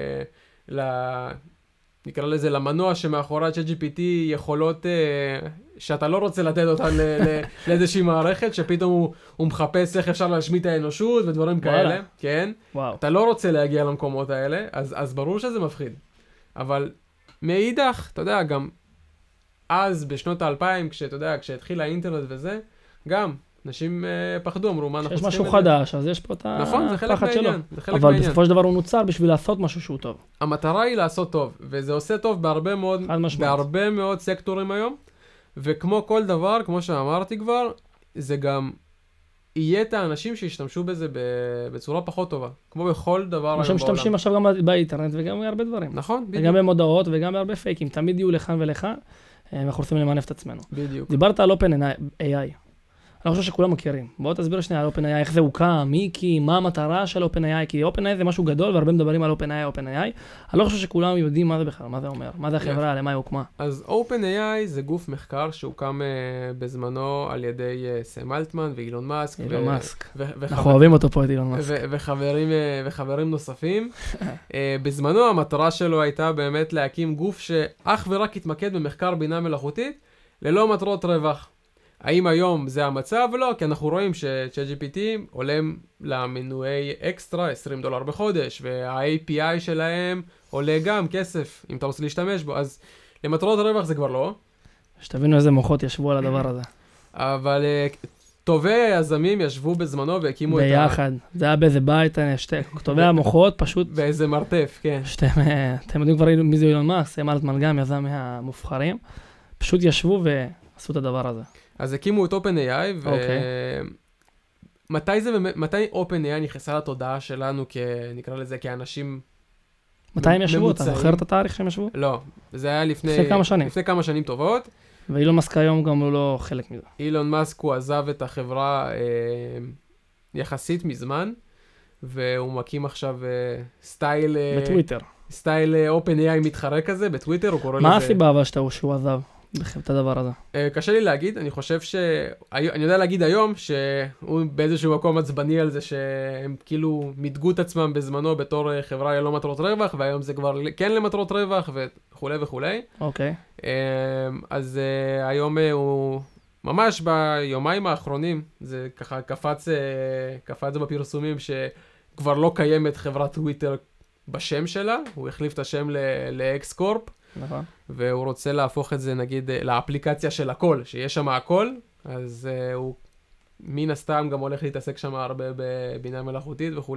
נקרא לזה, למנוע שמאחורי ChatGPT יכולות שאתה לא רוצה לתת אותן לאיזושהי מערכת, שפתאום הוא מחפש איך אפשר להשמיט את האנושות ודברים כאלה, כן? וואו. אתה לא רוצה להגיע למקומות האלה, אז ברור שזה מפחיד. אבל מאידך, אתה יודע, גם אז בשנות ה-2000, כשאתה יודע, כשהתחיל האינטרנט וזה, גם אנשים פחדו, אמרו, מה אנחנו יש צריכים משהו חדש, אז יש פה את נכון, זה חלק מהעניין. אבל בסופו של דבר הוא נוצר בשביל לעשות משהו שהוא טוב. המטרה היא לעשות טוב, וזה עושה טוב בהרבה מאוד סקטורים היום, וכמו כל דבר, כמו שאמרתי כבר, זה גם יהיה את האנשים שישתמשו בזה בצורה פחות טובה, כמו בכל דבר היום בעולם. משתמשים עכשיו גם באינטרנט וגם בהרבה דברים. נכון, בדיוק. וגם במודעות וגם בהרבה פייקים, תמיד יהיו לכאן ולכאן, אנחנו רוצים למנף את עצמנו. בדיוק. דיברת על OpenAI. אני חושב שכולם מכירים. בואו תסביר שנייה על OpenAI, איך זה הוקם, מי כי, מה המטרה של OpenAI, כי OpenAI זה משהו גדול, והרבה מדברים על OpenAI. אני לא חושב שכולם יודעים מה זה בכלל, מה זה אומר, מה זה החברה, למה היא הוקמה. אז OpenAI זה גוף מחקר שהוקם בזמנו על ידי סם אלטמן ואילון מאסק. אילון מאסק. אנחנו אוהבים אותו פה את אילון מאסק. וחברים נוספים. בזמנו המטרה שלו הייתה באמת להקים גוף שאך ורק התמקד במחקר בינה מלאכותית, ללא מטרות רווח. האם היום זה המצב? לא, כי אנחנו רואים ש-ChatGPT עולם למנועי אקסטרה $20 בחודש, וה-API שלהם עולה גם כסף, אם אתה רוצה להשתמש בו, אז למטרות רווח זה כבר לא. שתבינו איזה מוחות ישבו על הדבר הזה. אבל טובי היזמים ישבו בזמנו והקימו את ביחד, זה היה באיזה בית, טובי המוחות פשוט... באיזה מרתף, כן. אתם יודעים כבר מי זה אילון מאסק, סם אלטמן גם יזם מהמובחרים, פשוט ישבו ועשו את הדבר הזה. אז הקימו את OpenAI, מתי OpenAI נכנסה לתודעה שלנו, נקרא לזה, כאנשים מתי הם ישבו? אתה זוכר את התאריך שהם ישבו? לא, זה היה לפני כמה שנים. לפני כמה שנים טובות. ואילון מאסק היום גם הוא לא חלק מזה. אילון מאסק הוא עזב את החברה יחסית מזמן, והוא מקים עכשיו סטייל... בטוויטר. סטייל OpenAI מתחרה כזה, בטוויטר, הוא קורא לזה... מה הסיבה אבל שהוא עזב? את הדבר הזה. קשה לי להגיד, אני חושב אני יודע להגיד היום שהוא באיזשהו מקום עצבני על זה שהם כאילו מתגו את עצמם בזמנו בתור חברה ללא מטרות רווח, והיום זה כבר כן למטרות רווח וכו' וכו'. אוקיי. אז היום הוא ממש ביומיים האחרונים, זה ככה קפץ בפרסומים שכבר לא קיימת חברת טוויטר בשם שלה, הוא החליף את השם לאקס קורפ. נכון. והוא רוצה להפוך את זה, נגיד, לאפליקציה של הכל, שיש שם הכל, אז הוא מן הסתם גם הולך להתעסק שם הרבה בבינה מלאכותית וכו'.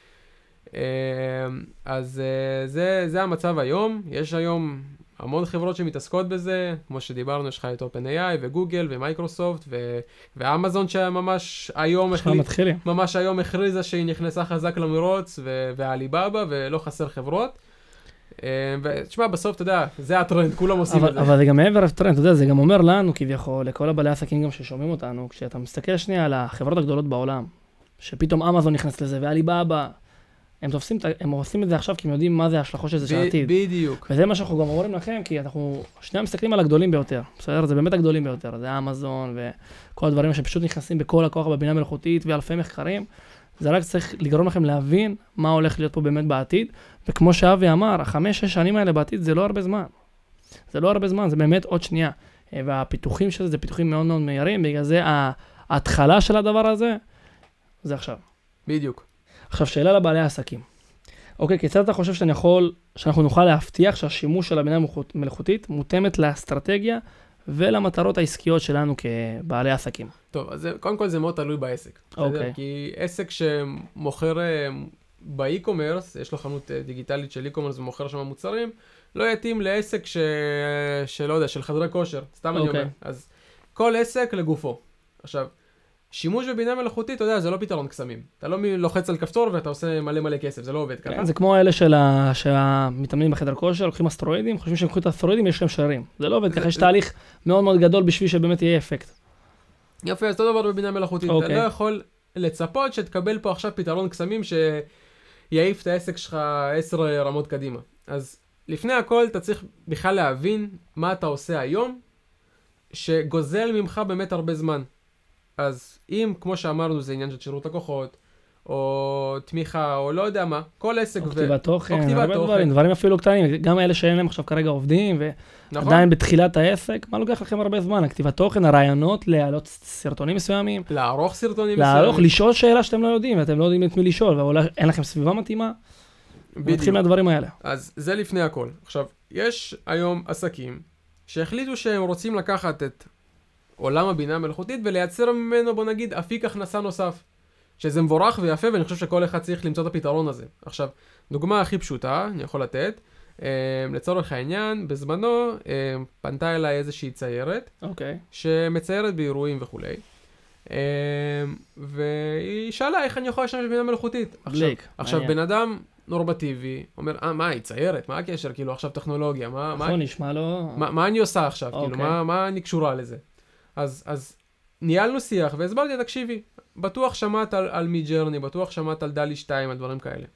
אז זה המצב היום. יש היום המון חברות שמתעסקות בזה, כמו שדיברנו, יש לך את OpenAI וגוגל ומייקרוסופט ואמזון שממש היום הכריזה שהיא נכנסה חזק למרוץ, ועליבאבא, ולא חסר חברות. ותשמע, בסוף, אתה יודע, זה הטרנד, כולם עושים את זה. אבל זה גם מעבר לטרנד, אתה יודע, זה גם אומר לנו, כביכול, לכל הבעלי עסקים גם ששומעים אותנו, כשאתה מסתכל שנייה על החברות הגדולות בעולם, שפתאום אמזון נכנס לזה, ועליבאבא, הם עושים את זה עכשיו, כי הם יודעים מה זה ההשלכות של זה של העתיד. בדיוק. וזה מה שאנחנו גם אומרים לכם, כי אנחנו שנייה מסתכלים על הגדולים ביותר. בסדר? זה באמת הגדולים ביותר. זה אמזון וכל הדברים שפשוט נכנסים בכל הכוח בבינה מלאכותית ואלפי מחקרים. זה רק צריך לגרום לכם להבין מה הולך להיות פה באמת בעתיד, וכמו שאבי אמר, 5-6 שנים האלה בעתיד זה לא הרבה זמן. זה לא הרבה זמן, זה באמת עוד שנייה. והפיתוחים של זה פיתוחים מאוד מאוד מהירים, בגלל זה ההתחלה של הדבר הזה, זה עכשיו. בדיוק. עכשיו, שאלה לבעלי העסקים. אוקיי, כיצד אתה חושב שאנחנו נוכל להבטיח שהשימוש של הבינה מלאכותית מותאמת לאסטרטגיה ולמטרות העסקיות שלנו כבעלי עסקים? טוב, אז קודם כל זה מאוד תלוי בעסק. אוקיי. כי עסק שמוכר באי-קומרס, יש לו חנות דיגיטלית של אי-קומרס ומוכר שם מוצרים, לא יתאים לעסק שלא יודע, של חדרי כושר, סתם אני אומר. אז כל עסק לגופו. עכשיו, שימוש בבינה מלאכותית, אתה יודע, זה לא פתרון קסמים. אתה לא לוחץ על כפתור ואתה עושה מלא מלא כסף, זה לא עובד ככה. זה כמו אלה שהמתאמנים בחדר כושר, לוקחים אסטרואידים, חושבים שהם לוקחים את האסטרואידים, יש להם שרירים. זה לא עובד ככה, יש תהליך מאוד מאוד גדול בשביל שבאמת יהיה אפקט. יפה, אז אותו דבר בבינה מלאכותית. אתה לא יכול לצפות שתקבל פה עכשיו פתרון קסמים שיעיף את העסק שלך 10 רמות קדימה. אז לפני הכל אתה צריך בכלל להבין מה אתה עושה היום, שגוזל ממך באמת הרבה זמן. אז אם, כמו שאמרנו, זה עניין של שירות לקוחות, או תמיכה, או לא יודע מה, כל עסק או כתיבת תוכן, הרבה דברים אפילו קטנים, גם אלה שאין להם עכשיו כרגע עובדים, ועדיין בתחילת העסק, מה לוקח לכם הרבה זמן? הכתיבת תוכן, הרעיונות, להעלות סרטונים מסוימים, לערוך סרטונים מסוימים, לשאול שאלה שאתם לא יודעים, ואתם לא יודעים את מי לשאול, ואולי אין לכם סביבה מתאימה, מתחילים מהדברים האלה. אז זה לפני הכל. עכשיו, יש היום עסקים שהחליטו שהם רוצים לקחת את עולם הבינה המלאכותית ולייצר ממנו, בוא נגיד, אפיק הכנסה נוסף. שזה מבורך ויפה, ואני חושב שכל אחד צריך למצוא את הפתרון הזה. עכשיו, דוגמה הכי פשוטה, אני יכול לתת, לצורך העניין, בזמנו פנתה אליי איזושהי ציירת, שמציירת באירועים וכו'. והיא שאלה איך אני יכול להשתמש בבינה מלאכותית. עכשיו, בן אדם נורמטיבי, אומר, מה, היא ציירת? מה הקשר? כאילו, עכשיו טכנולוגיה, מה אני עושה עכשיו? כאילו, מה אני קשורה לזה? אז ניהלנו שיח, והסברתי, תקשיבי, בטוח שמעת על מידג'רני, בטוח שמעת על דלי 2, על דברים כאלה.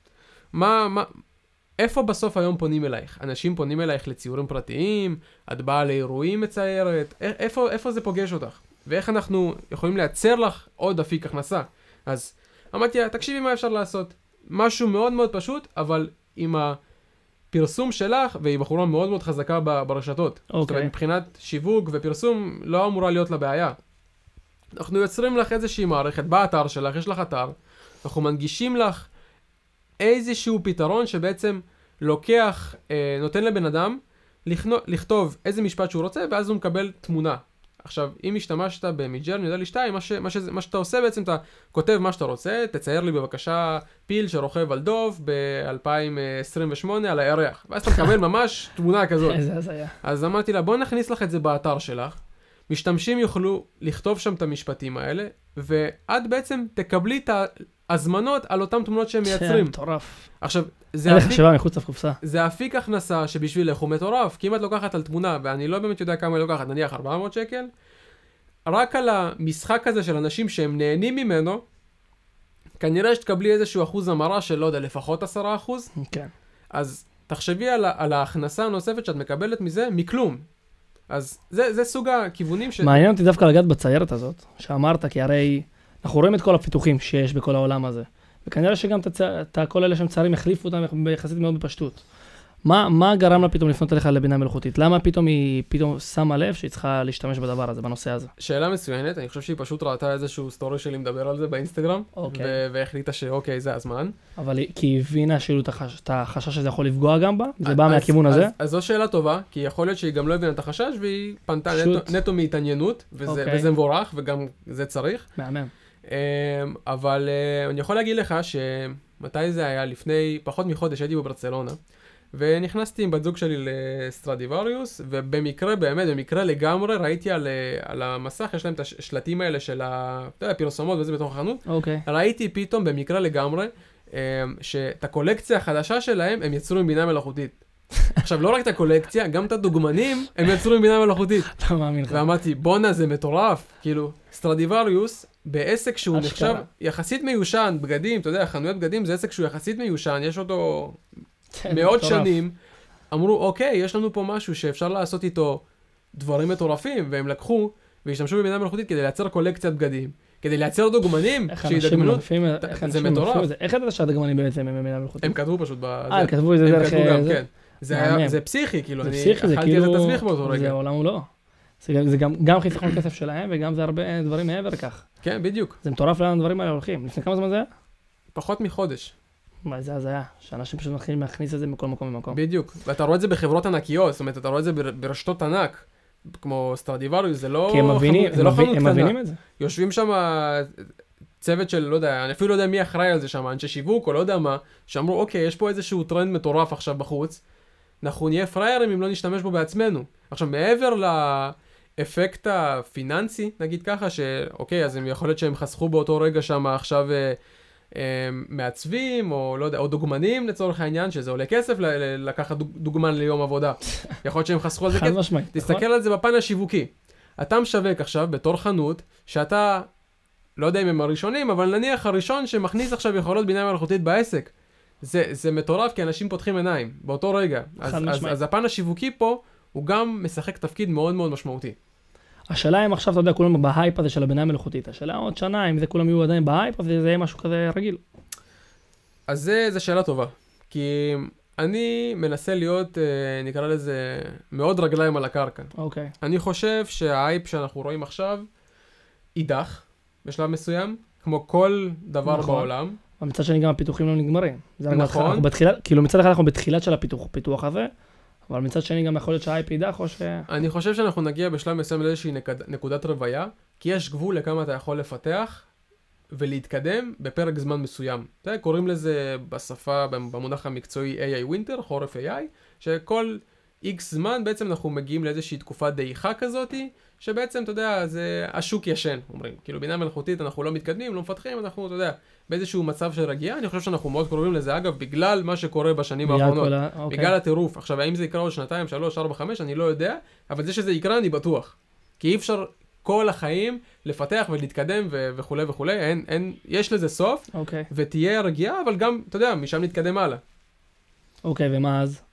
איפה בסוף היום פונים אלייך? אנשים פונים אלייך לציורים פרטיים, את באה לאירועים מציירת, איפה זה פוגש אותך? ואיך אנחנו יכולים לייצר לך עוד אפיק הכנסה? אז אמרתי, תקשיבי מה אפשר לעשות. משהו מאוד מאוד פשוט, אבל עם הפרסום שלך, והיא בחורה מאוד מאוד חזקה ברשתות. זאת אומרת, מבחינת שיווק ופרסום, לא אמורה להיות לה בעיה. אנחנו יוצרים לך איזושהי מערכת באתר שלך, יש לך אתר, אנחנו מנגישים לך איזשהו פתרון שבעצם לוקח, נותן לבן אדם לכתוב איזה משפט שהוא רוצה, ואז הוא מקבל תמונה. עכשיו, אם השתמשת במידג'רני, דלי 2, מה שאתה עושה בעצם, אתה כותב מה שאתה רוצה, תצייר לי בבקשה פיל שרוכב על דוב ב-2028 על הירח, ואז אתה מקבל ממש תמונה כזאת. אז אמרתי לה, בוא נכניס לך את זה באתר שלך, משתמשים יוכלו לכתוב שם את המשפטים האלה, ואת בעצם תקבלי את ההזמנות על אותם תמונות שהם מייצרים. מטורף. עכשיו, זה אפיק הכנסה שבשבילך הוא מטורף, כי אם את לוקחת על תמונה, ואני לא באמת יודע כמה היא לוקחת, נניח 400 שקל, רק על המשחק הזה של אנשים שהם נהנים ממנו, כנראה שתקבלי איזשהו אחוז המרה של, לא יודע, לפחות 10%. כן. אז תחשבי על ההכנסה הנוספת שאת מקבלת מזה, מכלום. אז זה סוג הכיוונים מעניין אותי דווקא לגעת בציירת הזאת, שאמרת, כי הרי אנחנו רואים את כל הפיתוחים שיש בכל העולם הזה, וכנראה שגם כל אלה שהם ציירים החליפו אותם יחסית מאוד בפשטות. מה גרם לה פתאום לפנות אליך לבינה מלאכותית? למה פתאום היא שמה לב שהיא צריכה להשתמש בדבר הזה, בנושא הזה? שאלה מצוינת, אני חושב שהיא פשוט ראתה איזשהו סטורי שלי מדבר על זה באינסטגרם, והחליטה שאוקיי, זה הזמן. אבל כי היא הבינה שאילו את החשש שזה יכול לפגוע גם בה? זה בא מהכיוון הזה? אז זו שאלה טובה, כי יכול להיות שהיא גם לא הבינה את החשש, והיא פנתה נטו מהתעניינות, וזה מבורך, וגם זה צריך. מהמם. אבל אני יכול להגיד לך שמתי זה היה, לפני פחות מחודש הייתי בברצלונה, ונכנסתי עם בת זוג שלי לסטרדיווריוס, ובמקרה, באמת, במקרה לגמרי, ראיתי על המסך, יש להם את השלטים האלה של הפרסומות וזה בתוך החנות, ראיתי פתאום במקרה לגמרי, שאת הקולקציה החדשה שלהם, הם יצרו עם בינה מלאכותית. עכשיו, לא רק את הקולקציה, גם את הדוגמנים, הם יצרו עם בינה מלאכותית. לא מאמין לך. ואמרתי, בונה, זה מטורף. כאילו, סטרדיווריוס, בעסק שהוא נחשב יחסית מיושן, בגדים, אתה יודע, חנויות בגדים זה עסק שהוא יחסית מיושן, יש אותו מאות שנים, אמרו, אוקיי, יש לנו פה משהו שאפשר לעשות איתו דברים מטורפים, והם לקחו והשתמשו בבינה מלאכותית כדי לייצר קולקציית בגדים, כדי לייצר דוגמנים שידגמנו, זה מטורף. איך אתה שהדגמנים בעצם הם בבינה מלאכותית? הם כתבו פשוט כתבו את זה דרך... כן. זה פסיכי, כאילו, אני אכלתי את התסביך באותו רגע. זה עולם הוא לא. זה גם חיסכון כסף שלהם, וגם זה הרבה דברים מעבר לכך. כן, בדיוק. זה מטורף לאן הדברים האלה הולכים. לפני כמה זמן זה היה? פחות מחודש. זה היה, שאנשים פשוט מתחילים להכניס את זה מכל מקום למקום. בדיוק, ואתה רואה את זה בחברות ענקיות, זאת אומרת, אתה רואה את זה ברשתות ענק, כמו סטרדיווריוס, זה לא חנות קטנה. מבינים את זה. יושבים שם צוות של, לא יודע, אני אפילו לא יודע מי אחראי על זה שם, אנשי שיווק או לא יודע מה, שאמרו, אוקיי, יש פה איזשהו טרנד מטורף עכשיו בחוץ, אנחנו נהיה פריירים אם לא נשתמש בו בעצמנו. עכשיו, מעבר האפקט הפיננסי, נגיד ככה, שאוקיי, אז יכול להיות שהם חסכו באותו רגע שם עכשיו מעצבים, או לא יודע, או דוגמנים לצורך העניין, שזה עולה כסף לקחת דוגמן ליום עבודה. יכול להיות שהם חסכו על זה כסף. תסתכל על זה בפן השיווקי. אתה משווק עכשיו בתור חנות, שאתה, לא יודע אם הם הראשונים, אבל נניח הראשון שמכניס עכשיו יכולות בינה מלאכותית בעסק. זה מטורף, כי אנשים פותחים עיניים באותו רגע. אז הפן השיווקי פה, הוא גם משחק תפקיד מאוד מאוד משמעותי. השאלה אם עכשיו, אתה יודע, כולם בהייפ הזה של הבינה המלאכותית. השאלה עוד שנה, אם זה כולם יהיו עדיין בהייפ, אז זה יהיה משהו כזה רגיל. אז זו שאלה טובה. כי אני מנסה להיות, נקרא לזה, מאוד רגליים על הקרקע. אוקיי. אני חושב שההייפ שאנחנו רואים עכשיו, יידח בשלב מסוים, כמו כל דבר נכון. בעולם. אבל מצד שני גם הפיתוחים לא נגמרים. נכון. כאילו מצד אחד אנחנו בתחילת של הפיתוח הזה, אבל מצד שני גם יכול להיות שההייפ יידח או ש... אני חושב שאנחנו נגיע בשלב מסוים לאיזושהי נקודת רוויה, כי יש גבול לכמה אתה יכול לפתח ולהתקדם בפרק זמן מסוים. קוראים לזה בשפה, במונח המקצועי AI Winter, חורף AI, שכל X זמן בעצם אנחנו מגיעים לאיזושהי תקופת דעיכה כזאת, שבעצם, אתה יודע, זה השוק ישן, אומרים. כאילו, בינה מלאכותית, אנחנו לא מתקדמים, לא מפתחים, אנחנו, אתה יודע, באיזשהו מצב של רגיעה. אני חושב שאנחנו מאוד קרובים לזה, אגב, בגלל מה שקורה בשנים האחרונות. בגלל הטירוף. עכשיו, האם זה יקרה עוד 2, 3, 4, 5, אני לא יודע, אבל זה שזה יקרה, אני בטוח. כי אי אפשר כל החיים לפתח ולהתקדם וכו' וכו'. יש לזה סוף, ותהיה רגיעה, אבל גם, אתה יודע, משם נתקדם הלאה. אוקיי, ומה אז?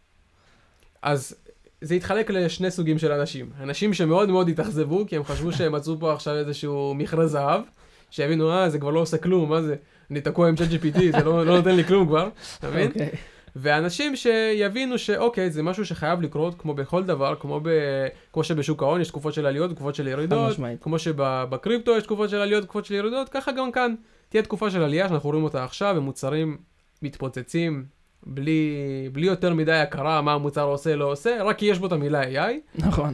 אז זה יתחלק לשני סוגים של אנשים. אנשים שמאוד מאוד התאכזבו, כי הם חשבו שהם מצאו פה עכשיו איזשהו מכרה זהב, שהבינו, זה כבר לא עושה כלום, מה זה? אני תקוע עם ChatGPT, זה לא נותן לי כלום כבר, אתה מבין? ואנשים שיבינו שאוקיי, זה משהו שחייב לקרות כמו בכל דבר, כמו שבשוק ההון יש תקופות של עליות, תקופות של ירידות, כמו שבקריפטו יש תקופות של עליות, תקופות של ירידות, ככה גם כאן תהיה תקופה של עלייה שאנחנו רואים אותה עכשיו, ומוצרים מתפוצצים בלי יותר מדי הכרה מה המוצר עושה, לא עושה, רק כי יש בו את המילה AI. נכון.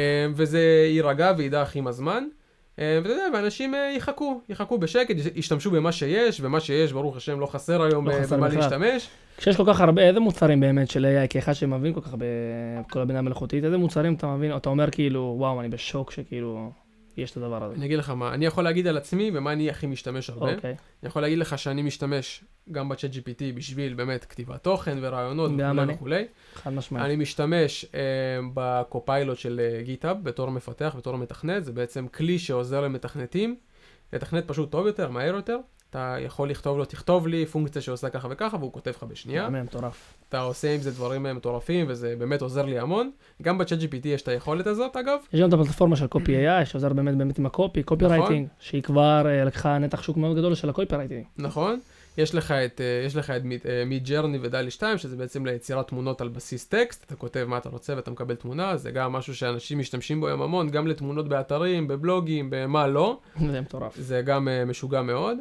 וזה יירגע וידח עם הזמן. ואתה יודע, ואנשים יחכו בשקט, ישתמשו במה שיש, ומה שיש, ברוך השם, לא חסר היום במה להשתמש. כשיש כל כך הרבה, איזה מוצרים באמת של AI, כאחד שמבין כל כך בכל הבינה המלאכותית, איזה מוצרים אתה מבין, אתה אומר כאילו, וואו, אני בשוק שכאילו, יש את הדבר הזה. אני אגיד לך מה, אני יכול להגיד על עצמי, במה אני הכי משתמש הרבה. אני יכול להגיד לך שאני משתמש גם ב-ChatGPT בשביל באמת כתיבת תוכן ורעיונות וכו'. חד משמעית. אני משתמש בקופיילוט של GitHub בתור מפתח, בתור מתכנת, זה בעצם כלי שעוזר למתכנתים, לתכנת פשוט טוב יותר, מהר יותר. אתה יכול לכתוב לו, תכתוב לי פונקציה שעושה ככה וככה, והוא כותב לך בשנייה. מטורף. אתה עושה עם זה דברים מטורפים, וזה באמת עוזר לי המון. גם ב-ChatGPT יש את היכולת הזאת, אגב. יש גם את הפלטפורמה של Copy AI, שעוזר באמת עם הקופי, קופי רייטינג, שהיא כבר לקחה נתח שוק מאוד גדול של הקופי רייטינג. נכון. יש לך את Midjourney ודלי 2, שזה בעצם ליצירת תמונות על בסיס טקסט. אתה כותב מה אתה רוצה ואתה מקבל תמונה. זה גם משהו שאנשים משתמשים בו המון, גם לתמונות באתרים, בבלוגים, במה לא. זה מטורף. זה גם משוגע מאוד.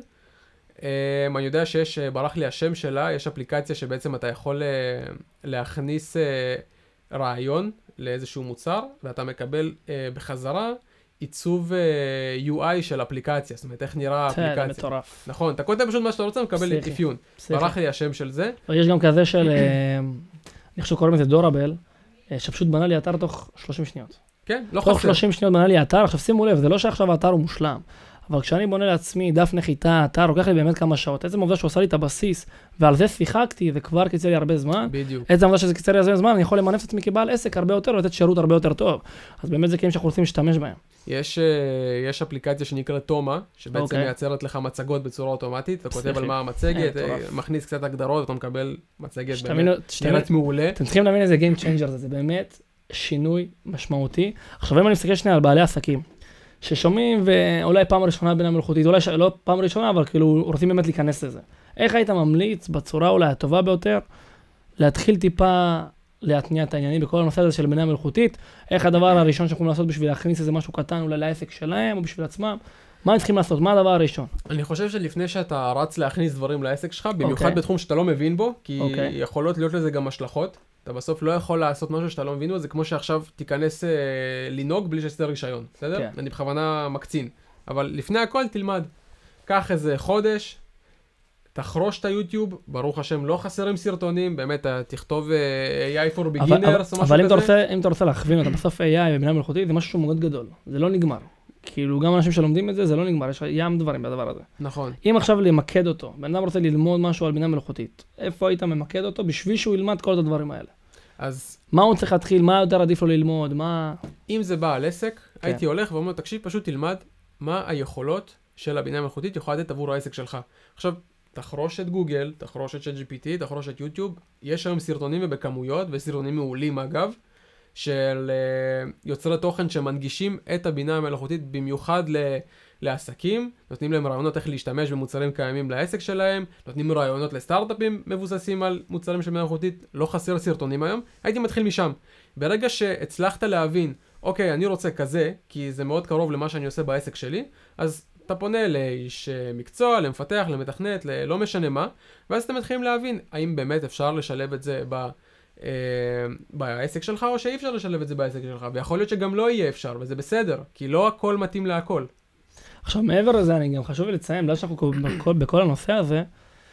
אני יודע ברח לי השם שלה, יש אפליקציה שבעצם אתה יכול להכניס רעיון לאיזשהו מוצר, ואתה מקבל בחזרה עיצוב UI של אפליקציה, זאת אומרת איך נראה האפליקציה. זה מטורף. נכון, אתה כותב פשוט מה שאתה רוצה, מקבל אפיון. ברח לי השם של זה. יש גם כזה של, אני חושב שקוראים לזה דורבל, שפשוט בנה לי אתר תוך 30 שניות. כן, לא חסר. תוך 30 שניות בנה לי אתר, עכשיו שימו לב, זה לא שעכשיו האתר הוא מושלם. אבל כשאני בונה לעצמי דף נחיתה, אתר, לוקח לי באמת כמה שעות. איזה עובדה שהוא עושה לי את הבסיס, ועל זה שיחקתי, וכבר קיצר לי הרבה זמן. בדיוק. איזה עובדה שזה קיצר לי הרבה זמן, אני יכול למנף את עצמי כבעל עסק הרבה יותר, ולתת שירות הרבה יותר טוב. אז באמת זה כלים שאנחנו רוצים להשתמש בהם. יש אפליקציה שנקראת תומה, שבעצם מייצרת לך מצגות בצורה אוטומטית, אתה כותב על מה המצגת, מכניס קצת הגדרות, אתה מקבל מצגת באמת נראית מעולה. אתם צריכים להבין איזה game changer זה באמת שינוי משמעותי. עכשיו אם אני מסתכל שנייה על בעלי עסקים, ששומעים ואולי פעם ראשונה בינה מלאכותית, אולי לא פעם ראשונה, אבל כאילו רוצים באמת להיכנס לזה. איך היית ממליץ בצורה אולי הטובה ביותר, להתחיל טיפה להתניע את העניינים בכל הנושא הזה של בינה מלאכותית, איך הדבר הראשון שאנחנו לעשות בשביל להכניס איזה משהו קטן אולי לעסק שלהם או בשביל עצמם, מה הם צריכים לעשות? מה הדבר הראשון? אני חושב שלפני שאתה רץ להכניס דברים לעסק שלך, במיוחד בתחום שאתה לא מבין בו, כי יכולות להיות לזה גם השלכות. אתה בסוף לא יכול לעשות משהו שאתה לא מבין בו, זה כמו שעכשיו תיכנס לנהוג בלי שתעשה רישיון, בסדר? כן. אני בכוונה מקצין. אבל לפני הכל תלמד. קח איזה חודש, תחרוש את היוטיוב, ברוך השם לא חסרים סרטונים, באמת תכתוב AI for beginners או משהו כזה. אבל אם אתה רוצה להכווין אותה, בסוף AI ובינה מלאכותית זה משהו שהוא מאוד גדול, זה לא נגמר. כאילו גם אנשים שלומדים את זה, זה לא נגמר, יש ים דברים בדבר הזה. נכון. אם עכשיו למקד אותו, בן אדם רוצה ללמוד משהו על בינה מלאכותית, איפה היית ממקד אותו בשביל שהוא ילמד כל הדברים האלה? אז מה הוא צריך להתחיל, מה יותר עדיף לו ללמוד, מה... אם זה בעל עסק, כן. הייתי הולך ואומר, תקשיב, פשוט תלמד מה היכולות של הבינה המלאכותית יכולה לתת עבור העסק שלך. עכשיו, תחרוש את גוגל, תחרוש את ChatGPT, תחרוש את יוטיוב, יש היום סרטונים ובכמויות, וסרטונים מעולים אגב, של יוצרי תוכן שמנגישים את הבינה המלאכותית במיוחד לעסקים, נותנים להם רעיונות איך להשתמש במוצרים קיימים לעסק שלהם, נותנים רעיונות לסטארט-אפים מבוססים על מוצרים של בינה מלאכותית, לא חסר סרטונים היום, הייתי מתחיל משם. ברגע שהצלחת להבין, אוקיי, אני רוצה כזה, כי זה מאוד קרוב למה שאני עושה בעסק שלי, אז אתה פונה לאיש מקצוע, למפתח, למתכנת, לא משנה מה, ואז אתם מתחילים להבין האם באמת אפשר לשלב את זה בעסק שלך, או שאי אפשר לשלב את זה בעסק שלך, ויכול להיות שגם לא יהיה אפשר, וזה בסדר, כי לא הכל מתאים להכל. עכשיו, מעבר לזה, אני גם חשוב לציין, בגלל שאנחנו בכל הנושא הזה,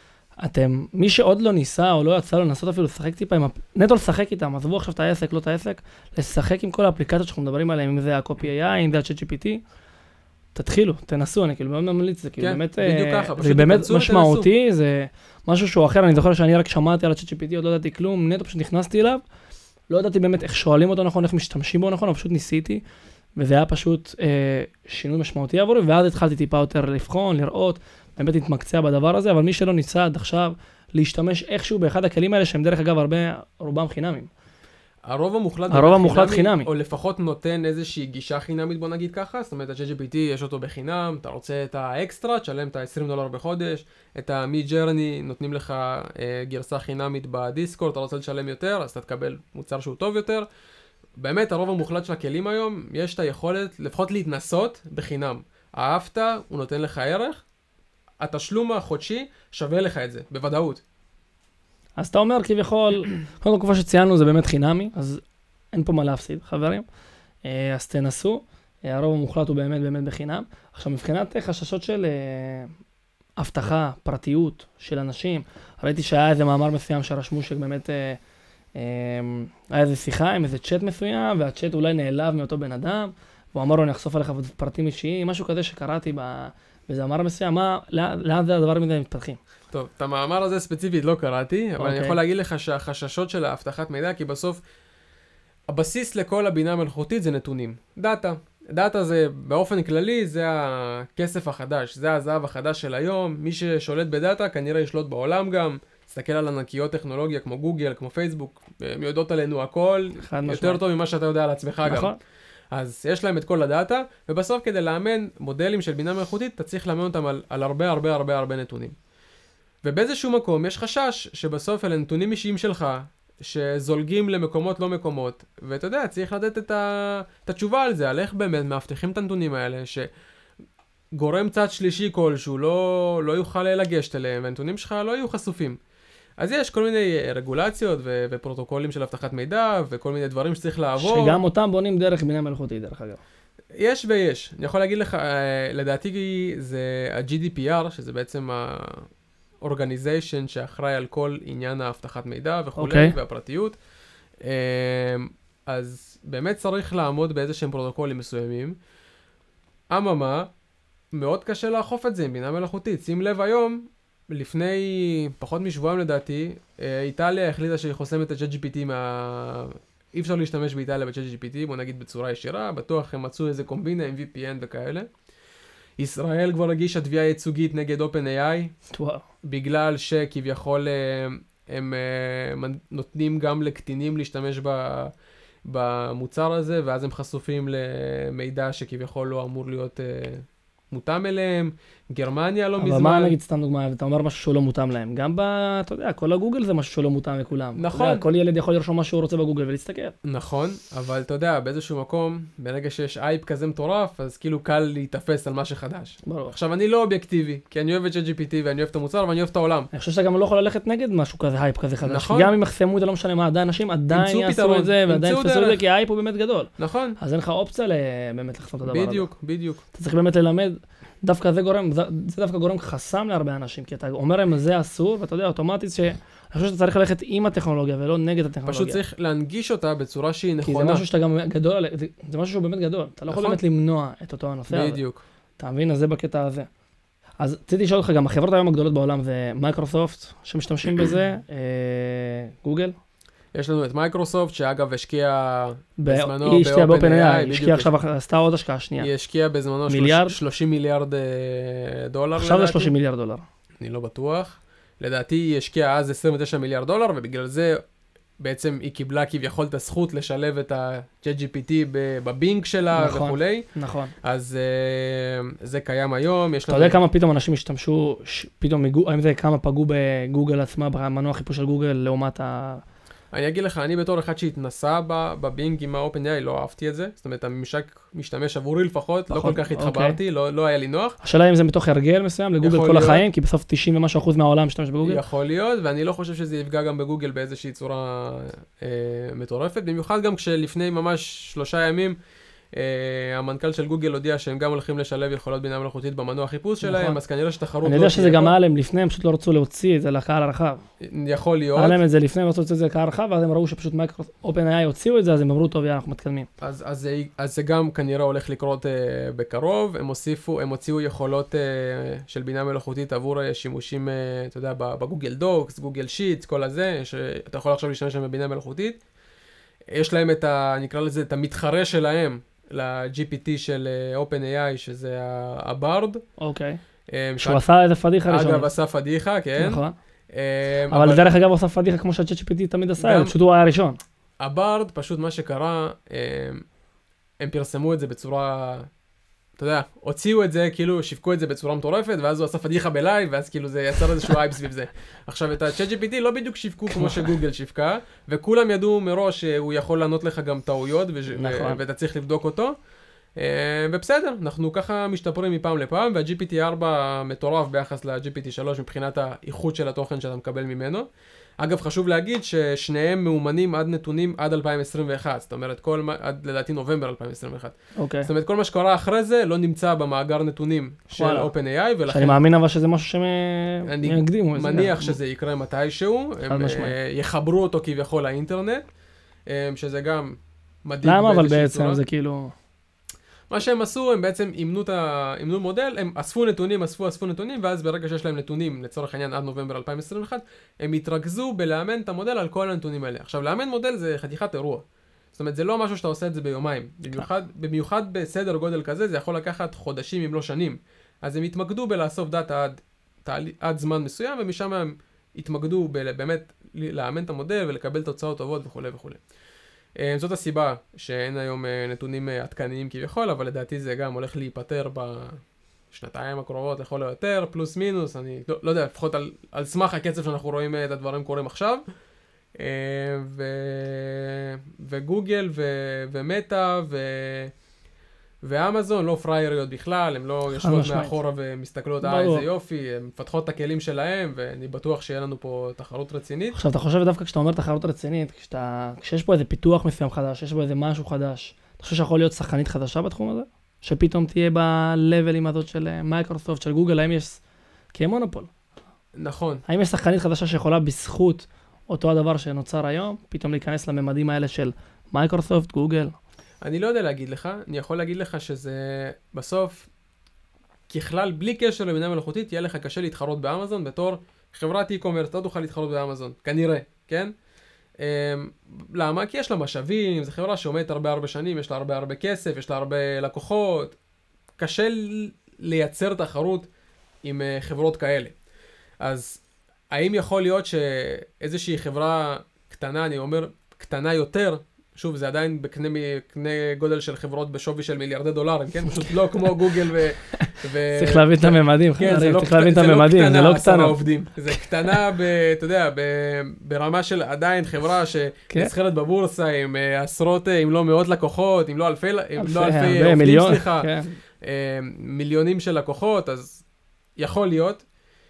מי שעוד לא ניסה, או לא יצא לו לנסות אפילו לשחק טיפה, נטו לשחק איתם, עזבו עכשיו את העסק, לא את העסק, לשחק עם כל האפליקציות שאנחנו מדברים עליהן, אם זה ה-Copy AI, אם זה ה-ChatGPT, תתחילו, תנסו, אני כאילו מאוד ממליץ, זה כאילו באמת, זה באמת משמעותי, זה משהו שהוא אחר, אני זוכר שאני רק שמעתי על ה-ChatGPT, עוד לא ידעתי כלום, נטו פשוט נכנסתי אליו, לא ידעתי באמת איך שואלים אותו נכון, איך משתמשים בו נכון, אבל פשוט ניסיתי, וזה היה פשוט שינוי משמעותי עבורי, ואז התחלתי טיפה יותר לבחון, לראות, באמת להתמקצע בדבר הזה, אבל מי שלא ניסה עד עכשיו להשתמש איכשהו באחד הכלים האלה, שהם דרך אגב רובם חינמים. הרוב המוחלט חינמי, או לפחות נותן איזושהי גישה חינמית, בוא נגיד ככה, זאת אומרת, ה-ChatGPT יש אותו בחינם, אתה רוצה את האקסטרה, תשלם את $20 בחודש, את ה-Midjourney נותנים לך גרסה חינמית בדיסקורד, אתה רוצה לשלם יותר, אז אתה תקבל מוצר שהוא טוב יותר. באמת, הרוב המוחלט של הכלים היום, יש את היכולת לפחות להתנסות בחינם. אהבת, הוא נותן לך ערך, התשלום החודשי שווה לך את זה, בוודאות. אז אתה אומר כביכול, קודם כל כמו שציינו זה באמת חינמי, אז אין פה מה להפסיד, חברים. אז תנסו, הרוב המוחלט הוא באמת באמת בחינם. עכשיו, מבחינת חששות של הבטחה, פרטיות של אנשים, ראיתי שהיה איזה מאמר מסוים שרשמו שבאמת היה איזה שיחה עם איזה צ'אט מסוים, והצ'אט אולי נעלב מאותו בן אדם, והוא אמר לו, אני אחשוף עליך פרטים אישיים, משהו כזה שקראתי באיזה מאמר מסוים, לאן זה הדברים האלה מתפתחים? טוב, את המאמר הזה ספציפית לא קראתי, אבל אני יכול להגיד לך שהחששות של האבטחת מידע, כי בסוף הבסיס לכל הבינה המלאכותית זה נתונים. דאטה. דאטה זה באופן כללי, זה הכסף החדש, זה הזהב החדש של היום. מי ששולט בדאטה כנראה ישלוט בעולם גם. תסתכל על ענקיות טכנולוגיה כמו גוגל, כמו פייסבוק, הם יודעות עלינו הכל, יותר טוב ממה שאתה יודע על עצמך גם. אז יש להם את כל הדאטה, ובסוף כדי לאמן מודלים של בינה מלאכותית, אתה צריך לאמן אותם על הרבה נתונים. ובאיזשהו מקום יש חשש שבסוף אלה נתונים אישיים שלך, שזולגים למקומות לא מקומות, ואתה יודע, צריך לתת את התשובה על זה, על איך באמת מאבטחים את הנתונים האלה, שגורם צד שלישי כלשהו לא יוכל לגשת אליהם, והנתונים שלך לא יהיו חשופים. אז יש כל מיני רגולציות ופרוטוקולים של אבטחת מידע, וכל מיני דברים שצריך לעבור. שגם אותם בונים דרך בינה מלאכותית, דרך אגב. יש ויש. אני יכול להגיד לך, לדעתי זה ה-GDPR, שזה בעצם אורגניזיישן שאחראי על כל עניין האבטחת מידע וכולי, והפרטיות. אז באמת צריך לעמוד באיזה שהם פרוטוקולים מסוימים. אממה, מאוד קשה לאכוף את זה עם בינה מלאכותית. שים לב היום, לפני פחות משבועיים לדעתי, איטליה החליטה שהיא חוסמת את ChatGPT אי אפשר להשתמש באיטליה ב-ChatGPT, בוא נגיד בצורה ישירה, בטוח הם מצאו איזה קומבינה עם VPN וכאלה. ישראל כבר הגישה תביעה ייצוגית נגד OpenAI, בגלל שכביכול הם נותנים גם לקטינים להשתמש במוצר הזה, ואז הם חשופים למידע שכביכול לא אמור להיות מותאם אליהם. גרמניה לא מזמן. אבל מה נגיד סתם דוגמה, אתה אומר משהו שהוא לא מותאם להם. גם אתה יודע, כל הגוגל זה משהו שהוא לא מותאם לכולם. נכון. כל ילד יכול לרשום מה שהוא רוצה בגוגל ולהסתכל. נכון, אבל אתה יודע, באיזשהו מקום, ברגע שיש אייפ כזה מטורף, אז כאילו קל להתאפס על מה שחדש. ברור. עכשיו, אני לא אובייקטיבי, כי אני אוהב את ChatGPT ואני אוהב את המוצר ואני אוהב את העולם. אני חושב שאתה גם לא יכול ללכת נגד משהו כזה, הייפ כזה חדש. נכון. גם אם יחסמו את זה, לא משנה מה, עדיין אנשים עדיין יעשו את זה, ועדיין יתפסו את זה, כי האייפ הוא באמת גדול. נכון. אז אין לך אופציה באמת לחסום את הדבר הזה. בדיוק. אתה צריך באמת ללמד דווקא זה דווקא גורם חסם להרבה אנשים, כי אתה אומר להם זה אסור, ואתה יודע, אוטומטית שאני חושב שאתה צריך ללכת עם הטכנולוגיה ולא נגד הטכנולוגיה. פשוט צריך להנגיש אותה בצורה שהיא כי נכונה. זה משהו שאתה גם גדול, זה משהו שהוא באמת גדול. אתה לא יכול באמת למנוע את אותו הנושא הזה. בדיוק. אתה מבין? אז זה בקטע הזה. אז רציתי לשאול אותך, גם החברות היום הגדולות בעולם זה מייקרוסופט שמשתמשים בזה, גוגל. יש לנו את מייקרוסופט, שאגב השקיעה בזמנו היא השקיעה ב-OpenAI, ב-OpenAI, השקיעה עכשיו, עשתה עוד השקעה שנייה. היא השקיעה בזמנו מיליארד? 30 מיליארד דולר. עכשיו זה לדעתי. 30 מיליארד דולר. אני לא בטוח. לדעתי היא השקיעה אז 29 מיליארד דולר, ובגלל זה בעצם היא קיבלה כביכול את הזכות לשלב את ה-ChatGPT בבינג שלה וכולי. נכון. אז זה קיים היום. אתה יודע כמה פתאום אנשים השתמשו, פתאום, האם זה כמה פגעו בגוגל עצמה, במנוע חיפוש של גוגל, לעומת אני אגיד לך, אני בתור אחד שהתנסה בבינג עם ה-OpenAI, לא אהבתי את זה. זאת אומרת, הממשק משתמש עבורי לפחות, לא כל כך התחברתי, לא היה לי נוח. השאלה אם זה מתוך הרגל מסוים לגוגל כל החיים, כי בסוף 90% ומשהו מהעולם משתמש בגוגל. יכול להיות, ואני לא חושב שזה יפגע גם בגוגל באיזושהי צורה מטורפת. במיוחד גם כשלפני ממש 3 ימים, המנכ"ל של גוגל הודיע שהם גם הולכים לשלב יכולות בינה מלאכותית במנוע החיפוש שלהם, אז כנראה שתחרות... אני יודע שזה גם היה להם לפני, הם פשוט לא רצו להוציא את זה לקהל הרחב. יכול להיות. היה להם את זה לפני, הם רצו להוציא את זה לקהל הרחב, ואז הם ראו שפשוט OpenAI הוציאו את זה, אז הם אמרו, טוב, אנחנו מתקדמים. אז זה גם כנראה הולך לקרות בקרוב, הם הוציאו יכולות של בינה מלאכותית עבור שימושים, אתה יודע, בגוגל דוקס, גוגל שיטס, כל הזה, שאתה יכול עכשיו להשתמש בבינה מלאכותית. יש להם נקרא לזה, את המתחרה שלהם, ל-GPT של OpenAI, שזה הברד. אוקיי. שהוא עשה איזה פדיחה ראשונה. אגב, עשה פדיחה, כן. נכון. אבל דרך אגב, הוא עשה פדיחה כמו שה-GPT תמיד עשה, פשוט הוא היה ראשון. הברד, פשוט מה שקרה, הם פרסמו את זה בצורה, אתה יודע, הוציאו את זה, כאילו שיווקו את זה בצורה מטורפת, ואז הוא עשה פדיחה בלייב, ואז כאילו זה יצר איזשהו אייב סביב זה. עכשיו, את ה-ChatGPT לא בדיוק שיווקו כמו שגוגל שיווקה, וכולם ידעו מראש שהוא יכול לענות לך גם טעויות, ואתה צריך לבדוק אותו. ובסדר, אנחנו ככה משתפרים מפעם לפעם, וה-GPT-4 מטורף ביחס ל-GPT-3 מבחינת האיכות של התוכן שאתה מקבל ממנו. אגב, חשוב להגיד ששניהם מאומנים נתונים עד 2021, זאת אומרת, עד לדעתי נובמבר 2021. אוקיי. זאת אומרת, כל מה שקורה אחרי זה לא נמצא במאגר נתונים של OpenAI, ולכן... שאני מאמין אבל שזה משהו שהם יקדימו. אני מניח שזה יקרה מתישהו, הם יחברו אותו כביכול לאינטרנט, שזה גם מדהים. למה אבל בעצם זה כאילו... מה שהם עשו, הם בעצם אימנו מודל, הם אספו נתונים, ואז ברגע שיש להם נתונים, לצורך העניין עד נובמבר 2021, הם התרכזו בלאמן את המודל על כל הנתונים האלה. עכשיו, לאמן מודל זה חתיכת אירוע. זאת אומרת, זה לא משהו שאתה עושה את זה ביומיים. במיוחד בסדר גודל כזה, זה יכול לקחת חודשים אם לא שנים. אז הם התמקדו בלאסוף דאטה עד זמן מסוים, ומשם הם התמקדו באמת לאמן את המודל ולקבל תוצאות טובות וכו' וכו'. זאת הסיבה שאין היום נתונים עדכניים כביכול, אבל לדעתי זה גם הולך להיפטר בשנתיים הקרובות לכל היותר, פלוס מינוס, אני לא יודע, לפחות על סמך הקצב שאנחנו רואים את הדברים קורים עכשיו. וגוגל ומטה ואמזון לא פרייריות בכלל, הם לא יושבות מאחורה ומסתכלות, איזה יופי, הם מפתחות את הכלים שלהם, ואני בטוח שיהיה לנו פה תחרות רצינית. עכשיו, אתה חושב דווקא כשאתה אומר תחרות רצינית, כשיש פה איזה פיתוח מסוים חדש, יש פה איזה משהו חדש, אתה חושב שיכול להיות שחקנית חדשה בתחום הזה? שפתאום תהיה בלבלים הזאת של מייקרוסופט, של גוגל, האם יש כמונופול? נכון. האם יש שחקנית חדשה שיכולה בזכות אותו הדבר שנוצר היום, פתאום להיכנס לממדים האלה של מייקרוסופט, גוגל? אני לא יודע להגיד לך, אני יכול להגיד לך שזה בסוף, ככלל, בלי קשר לבינה מלאכותית, יהיה לך קשה להתחרות באמזון בתור חברת e-commerce, לא תוכל להתחרות באמזון, כנראה, כן? למה? כי יש לה משאבים, זו חברה שעומדת הרבה שנים, יש לה הרבה כסף, יש לה הרבה לקוחות, קשה לייצר תחרות עם חברות כאלה. אז האם יכול להיות שאיזושהי חברה קטנה, אני אומר קטנה יותר, שוב, זה עדיין בקנה גודל של חברות בשווי של מיליארדי דולרים, כן? פשוט לא כמו גוגל צריך להבין את הממדים, צריך להבין את הממדים, זה לא קטנה. זה קטנה, אתה יודע, ברמה של עדיין חברה שנסחרת בבורסה עם עשרות, אם לא מאות לקוחות, אם לא אלפי עובדים, סליחה, מיליונים של לקוחות, אז יכול להיות.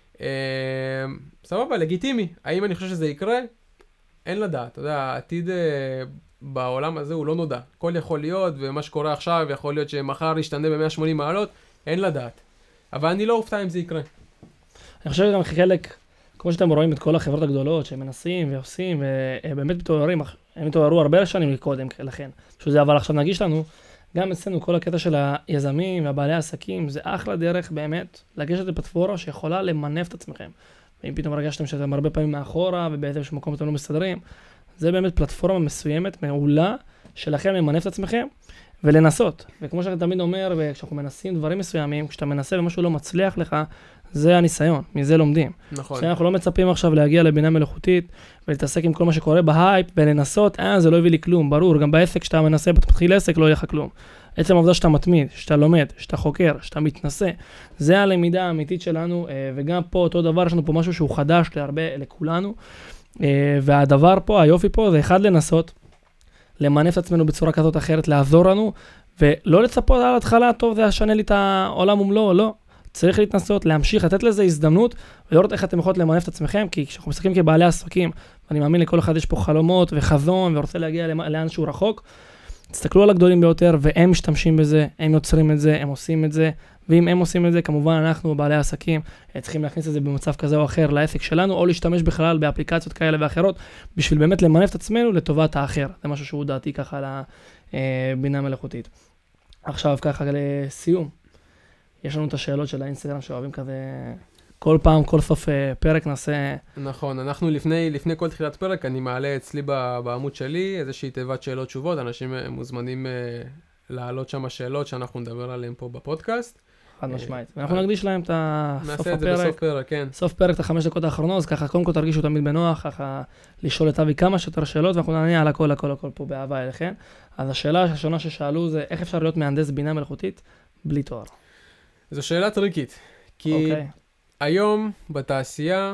סבבה, לגיטימי. האם אני חושב שזה יקרה? אין לדעת, אתה יודע, העתיד בעולם הזה הוא לא נודע. הכל יכול להיות, ומה שקורה עכשיו יכול להיות שמחר ישתנה ב-180 מעלות, אין לדעת. אבל אני לא אופתע אם זה יקרה. אני חושב שגם חלק, כמו שאתם רואים את כל החברות הגדולות שהם מנסים ועושים, והם באמת מתוארים, הם מתוארו הרבה שנים קודם לכן. שזה אבל עכשיו נגיש לנו, גם אצלנו כל הקטע של היזמים והבעלי העסקים, זה אחלה דרך באמת לגשת לפלטפורמה שיכולה למנף את עצמכם. ואם פתאום הרגשתם שאתם הרבה פעמים מאחורה ובאיזשהו מקום אתם לא מסתדרים, זה באמת פלטפורמה מסוימת, מעולה, שלכם למנף את עצמכם ולנסות. וכמו שאני תמיד אומר, כשאנחנו מנסים דברים מסוימים, כשאתה מנסה ומשהו לא מצליח לך, זה הניסיון, מזה לומדים. נכון. שאנחנו לא מצפים עכשיו להגיע לבינה מלאכותית ולהתעסק עם כל מה שקורה בהייפ ולנסות, זה לא הביא לי כלום, ברור, גם בעסק שאתה מנסה, בתחיל עסק לא יהיה לך כלום. עצם העובדה שאתה מתמיד, שאתה לומד, שאתה חוקר, שאתה מתנסה, זה הלמידה האמיתית שלנו, וגם פה אותו דבר, יש לנו פה משהו שהוא חדש לכולנו, והדבר פה, היופי פה, זה אחד לנסות, למנף את עצמנו בצורה כזאת אחרת, לעזור לנו, ולא לצפות על התחלה, טוב, זה ישנה לי את העולם ומלואו, לא. צריך להתנסות, להמשיך, לתת לזה הזדמנות, ולראות איך אתם יכולים למנף את עצמכם, כי כשאנחנו משחקים כבעלי עסקים, ואני מאמין לכל אחד יש פה חלומות וחזון, ורוצה להגיע לאן שהוא רחוק, תסתכלו על הגדולים ביותר, והם משתמשים בזה, הם יוצרים את זה, הם עושים את זה, ואם הם עושים את זה, כמובן אנחנו, בעלי העסקים, צריכים להכניס את זה במצב כזה או אחר לעסק שלנו, או להשתמש בכלל באפליקציות כאלה ואחרות, בשביל באמת למנף את עצמנו לטובת האחר. זה משהו שהוא דעתי ככה לבינה מלאכותית. עכשיו ככה לסיום. יש לנו את השאלות של האינסטגרם שאוהבים כזה, כל פעם, כל סוף פרק נעשה... נכון, אנחנו לפני כל תחילת פרק, אני מעלה אצלי בעמוד שלי איזושהי תיבת שאלות תשובות, אנשים מוזמנים להעלות שם השאלות שאנחנו נדבר עליהן פה בפודקאסט. חד משמעית. ואנחנו נקדיש להם את סוף הפרק. נעשה את זה בסוף פרק, כן. סוף פרק, את 5 דקות האחרונות, אז ככה קודם כל תרגישו תמיד בנוח, ככה לשאול את אבי כמה שיותר שאלות, ואנחנו נענה על הכל פה באהבה אליכם. אז השאלה הראשונה ששאלו זה, איך אפשר להיות מהנדס בינה מלאכותית בלי תואר? זו שאלה טריקית, כי היום בתעשייה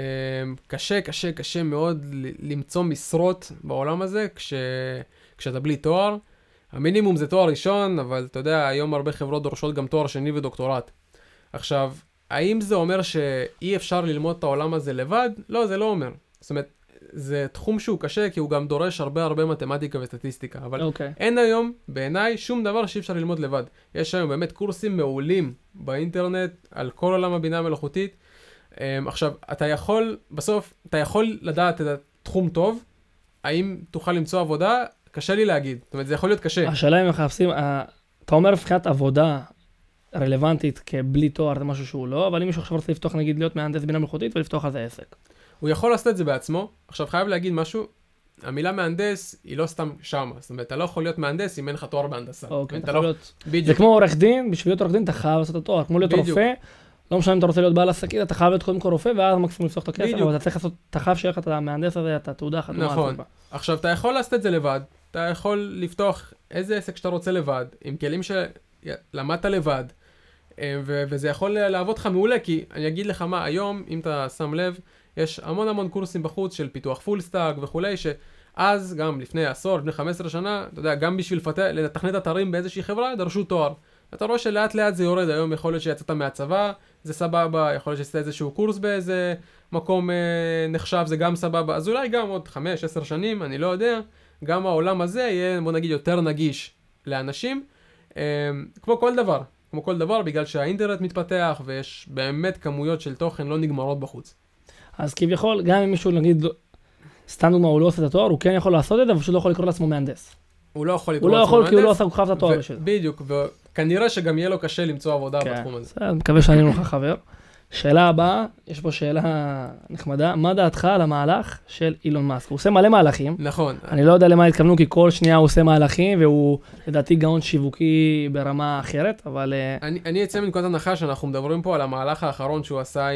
קשה מאוד למצוא משרות בעולם הזה כשאתה בלי תואר. המינימום זה תואר ראשון, אבל אתה יודע, היום הרבה חברות דורשות גם תואר שני ודוקטורט. עכשיו, האם זה אומר שאי אפשר ללמוד את העולם הזה לבד? לא, זה לא אומר. זאת אומרת, זה תחום שהוא קשה, כי הוא גם דורש הרבה מתמטיקה וסטטיסטיקה, אבל אין היום, בעיניי, שום דבר שאי אפשר ללמוד לבד. יש היום באמת קורסים מעולים באינטרנט, על כל עולם הבינה המלאכותית. עכשיו, בסוף, אתה יכול לדעת את התחום טוב, האם תוכל למצוא עבודה? קשה לי להגיד. זאת אומרת, זה יכול להיות קשה. השאלה אם מחפשים, אתה אומר מבחינת עבודה רלוונטית כבלי תואר, זה משהו שהוא לא, אבל אם מישהו עכשיו רוצה לפתוח, נגיד, להיות מהנדס בינה מלאכותית ולפתוח על זה עסק. הוא יכול לעשות את זה בעצמו. עכשיו, חייב להגיד משהו, המילה מהנדס היא לא סתם שמה. זאת אומרת, אתה לא יכול להיות מהנדס אם אין לך תואר בהנדסה. אוקיי, אתה לא... זה כמו עורך דין, בשביל להיות עורך דין אתה חייב לעשות את התואר. כמו להיות רופא, לא משנה אם אתה רוצה להיות בעל עסקים, אתה חייב להיות קודם כל רופא, ואז מקסימום לפתוח את הכסף, אבל אתה צריך לעשות, אתה חייב שיהיה לך את המהנדס הזה, את התעודה חתומה. נכון. עכשיו, אתה יכול לעשות את זה לבד, אתה יכול לפתוח איזה עסק שאתה רוצה לבד, עם כלים שלמדת לבד, וזה יכול לעבוד לך מעולה, כי אני אגיד לך מה, היום, אם אתה שם לב, יש המון קורסים בחוץ של פיתוח פול סטאק וכולי, שאז גם לפני עשור, לפני 15 שנה, אתה יודע, גם בשביל לתכנת אתרים באיזושהי חברה, דרשו תואר. אתה רואה שלאט לאט זה יורד, היום יכול להיות שיצאת מהצבא, זה סבבה, יכול להיות שעשית איזשהו קורס באיזה מקום נחשב, זה גם סבבה, אז אולי גם עוד 5-10 שנים, אני לא יודע, גם העולם הזה יהיה, בוא נגיד, יותר נגיש לאנשים, כמו כל דבר, בגלל שהאינטרנט מתפתח, ויש באמת כמויות של תוכן לא נגמרות בחוץ. אז כביכול, גם אם מישהו, נגיד, סתם דוגמה, הוא לא עושה את התואר, הוא כן יכול לעשות את זה, אבל פשוט לא יכול לקרוא לעצמו מהנדס. הוא לא יכול לקרוא לעצמו מהנדס. כי הוא לא עושה, הוא חייב את התואר שלו. בדיוק, וכנראה שגם יהיה לו קשה למצוא עבודה בתחום הזה. אני מקווה שאני לך חבר. שאלה הבאה, יש פה שאלה נחמדה, מה דעתך על המהלך של אילון מאסק? הוא עושה מלא מהלכים. נכון. אני לא יודע למה התכוונו, כי כל שנייה הוא עושה מהלכים, והוא לדעתי גאון שיווקי ברמה אחרת, אבל... אני אצא מנקודת הנחה שאנחנו מדברים פה על המהלך האחרון שהוא עשה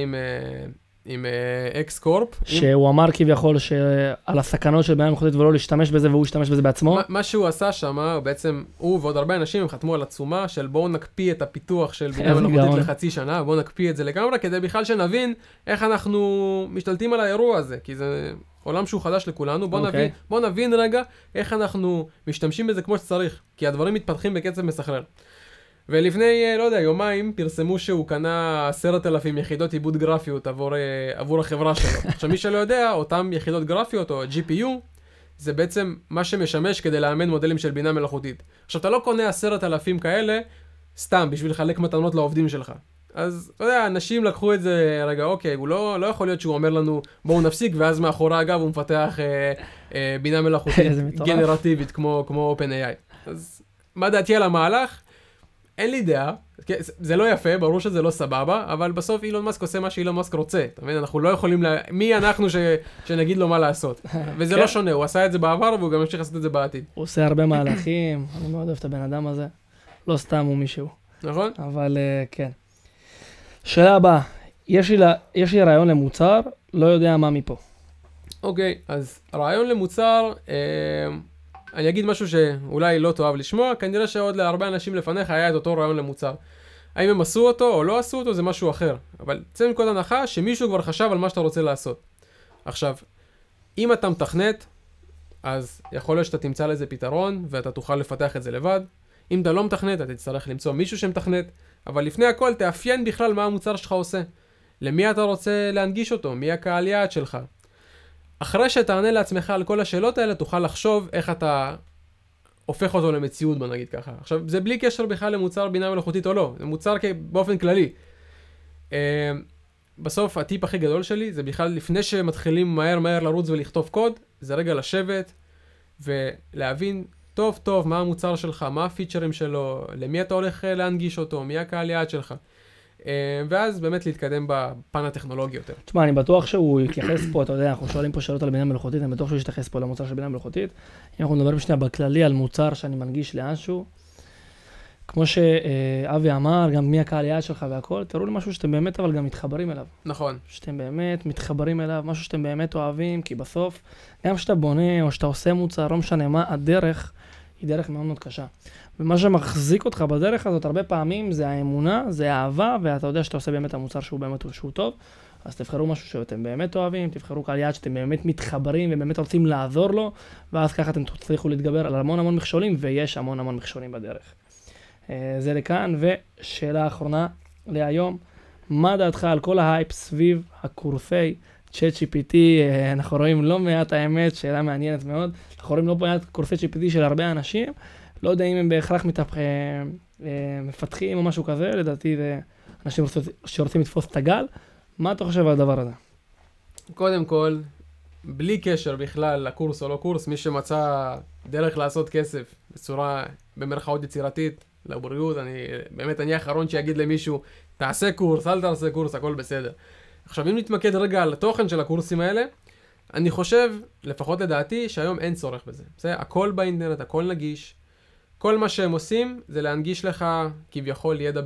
עם אקס קורפ. שהוא אמר כביכול על הסכנות של בינה מלאכותית ולא להשתמש בזה, והוא השתמש בזה בעצמו. מה שהוא עשה שם, בעצם הוא ועוד הרבה אנשים הם חתמו על עצומה של בואו נקפיא את הפיתוח של בינה מלאכותית לחצי שנה, בואו נקפיא את זה לגמרי, כדי בכלל שנבין איך אנחנו משתלטים על האירוע הזה, כי זה עולם שהוא חדש לכולנו, בואו נבין רגע איך אנחנו משתמשים בזה כמו שצריך, כי הדברים מתפתחים בקצב מסחרר. ולפני, לא יודע, יומיים פרסמו שהוא קנה 10,000 יחידות עיבוד גרפיות עבור החברה שלו. עכשיו מי שלא יודע, אותם יחידות גרפיות או GPU, זה בעצם מה שמשמש כדי לאמן מודלים של בינה מלאכותית. עכשיו אתה לא קונה 10,000 כאלה סתם בשביל לחלק מתנות לעובדים שלך. אז, אתה יודע, אנשים לקחו את זה, רגע, אוקיי, הוא לא יכול להיות שהוא אומר לנו, בואו נפסיק, ואז מאחורי הגב הוא מפתח בינה מלאכותית איזה מטורף. גנרטיבית כמו OpenAI. אז מה דעתי על המהלך? אין לי דעה, זה לא יפה, ברור שזה לא סבבה, אבל בסוף אילון מאסק עושה מה שאילון מאסק רוצה. אתה מבין? אנחנו לא יכולים, מי אנחנו שנגיד לו מה לעשות? וזה לא שונה, הוא עשה את זה בעבר, והוא גם ממשיך לעשות את זה בעתיד. הוא עושה הרבה מהלכים, אני מאוד אוהב את הבן אדם הזה. לא סתם הוא מישהו. נכון? אבל כן. שאלה הבאה, יש לי רעיון למוצר, לא יודע מה מפה. אוקיי, אז רעיון למוצר, אני אגיד משהו שאולי לא תאהב לשמוע, כנראה שעוד להרבה אנשים לפניך היה את אותו רעיון למוצר. האם הם עשו אותו או לא עשו אותו, זה משהו אחר. אבל צא מנקודת הנחה שמישהו כבר חשב על מה שאתה רוצה לעשות. עכשיו, אם אתה מתכנת, אז יכול להיות שאתה תמצא לזה פתרון, ואתה תוכל לפתח את זה לבד. אם אתה לא מתכנת, אתה תצטרך למצוא מישהו שמתכנת, אבל לפני הכל תאפיין בכלל מה המוצר שלך עושה. למי אתה רוצה להנגיש אותו? מי הקהל יעד שלך? אחרי שתענה לעצמך על כל השאלות האלה, תוכל לחשוב איך אתה הופך אותו למציאות, בוא נגיד ככה. עכשיו, זה בלי קשר בכלל למוצר בינה מלאכותית או לא, זה מוצר באופן כללי. בסוף, הטיפ הכי גדול שלי, זה בכלל לפני שמתחילים מהר לרוץ ולכתוב קוד, זה רגע לשבת ולהבין טוב טוב מה המוצר שלך, מה הפיצ'רים שלו, למי אתה הולך להנגיש אותו, מי הקהל יעד שלך. ואז באמת להתקדם בפן הטכנולוגי יותר. תשמע, אני בטוח שהוא יתייחס פה, אתה יודע, אנחנו שואלים פה שאלות על בינה מלאכותית, אני בטוח שהוא יתייחס פה למוצר של בינה מלאכותית. אם אנחנו מדברים שנייה בכללי על מוצר שאני מנגיש לאנשהו, כמו שאבי אמר, גם מי הקהל יעד שלך והכל, תראו לי משהו שאתם באמת אבל גם מתחברים אליו. נכון. שאתם באמת מתחברים אליו, משהו שאתם באמת אוהבים, כי בסוף, גם שאתה בונה או שאתה עושה מוצר, לא משנה מה, הדרך היא דרך מאוד מאוד קשה. ומה שמחזיק אותך בדרך הזאת, הרבה פעמים זה האמונה, זה האהבה, ואתה יודע שאתה עושה באמת המוצר שהוא באמת שהוא טוב, אז תבחרו משהו שאתם באמת אוהבים, תבחרו קהל יעד שאתם באמת מתחברים ובאמת רוצים לעזור לו, ואז ככה אתם תצליחו להתגבר על המון מכשולים, ויש המון מכשולים בדרך. זה לכאן, ושאלה האחרונה להיום, מה דעתך על כל ההייפ סביב הקורסי ChatGPT? אנחנו רואים לא מעט האמת, שאלה מעניינת מאוד, אנחנו רואים לא מעט קורסי GPT של הרבה אנשים, לא יודע אם הם בהכרח מפתחים או משהו כזה, לדעתי זה אנשים שרוצים לתפוס את הגל. מה אתה חושב על הדבר הזה? קודם כל, בלי קשר בכלל לקורס או לא קורס, מי שמצא דרך לעשות כסף בצורה במרכאות יצירתית, לבריאות, אני האחרון שיגיד למישהו, תעשה קורס, אל תעשה קורס, הכל בסדר. עכשיו, אם נתמקד רגע על התוכן של הקורסים האלה, אני חושב, לפחות לדעתי, שהיום אין צורך בזה. בסדר? הכל באינטרנט, הכל נגיש. כל מה שהם עושים זה להנגיש לך כביכול ידע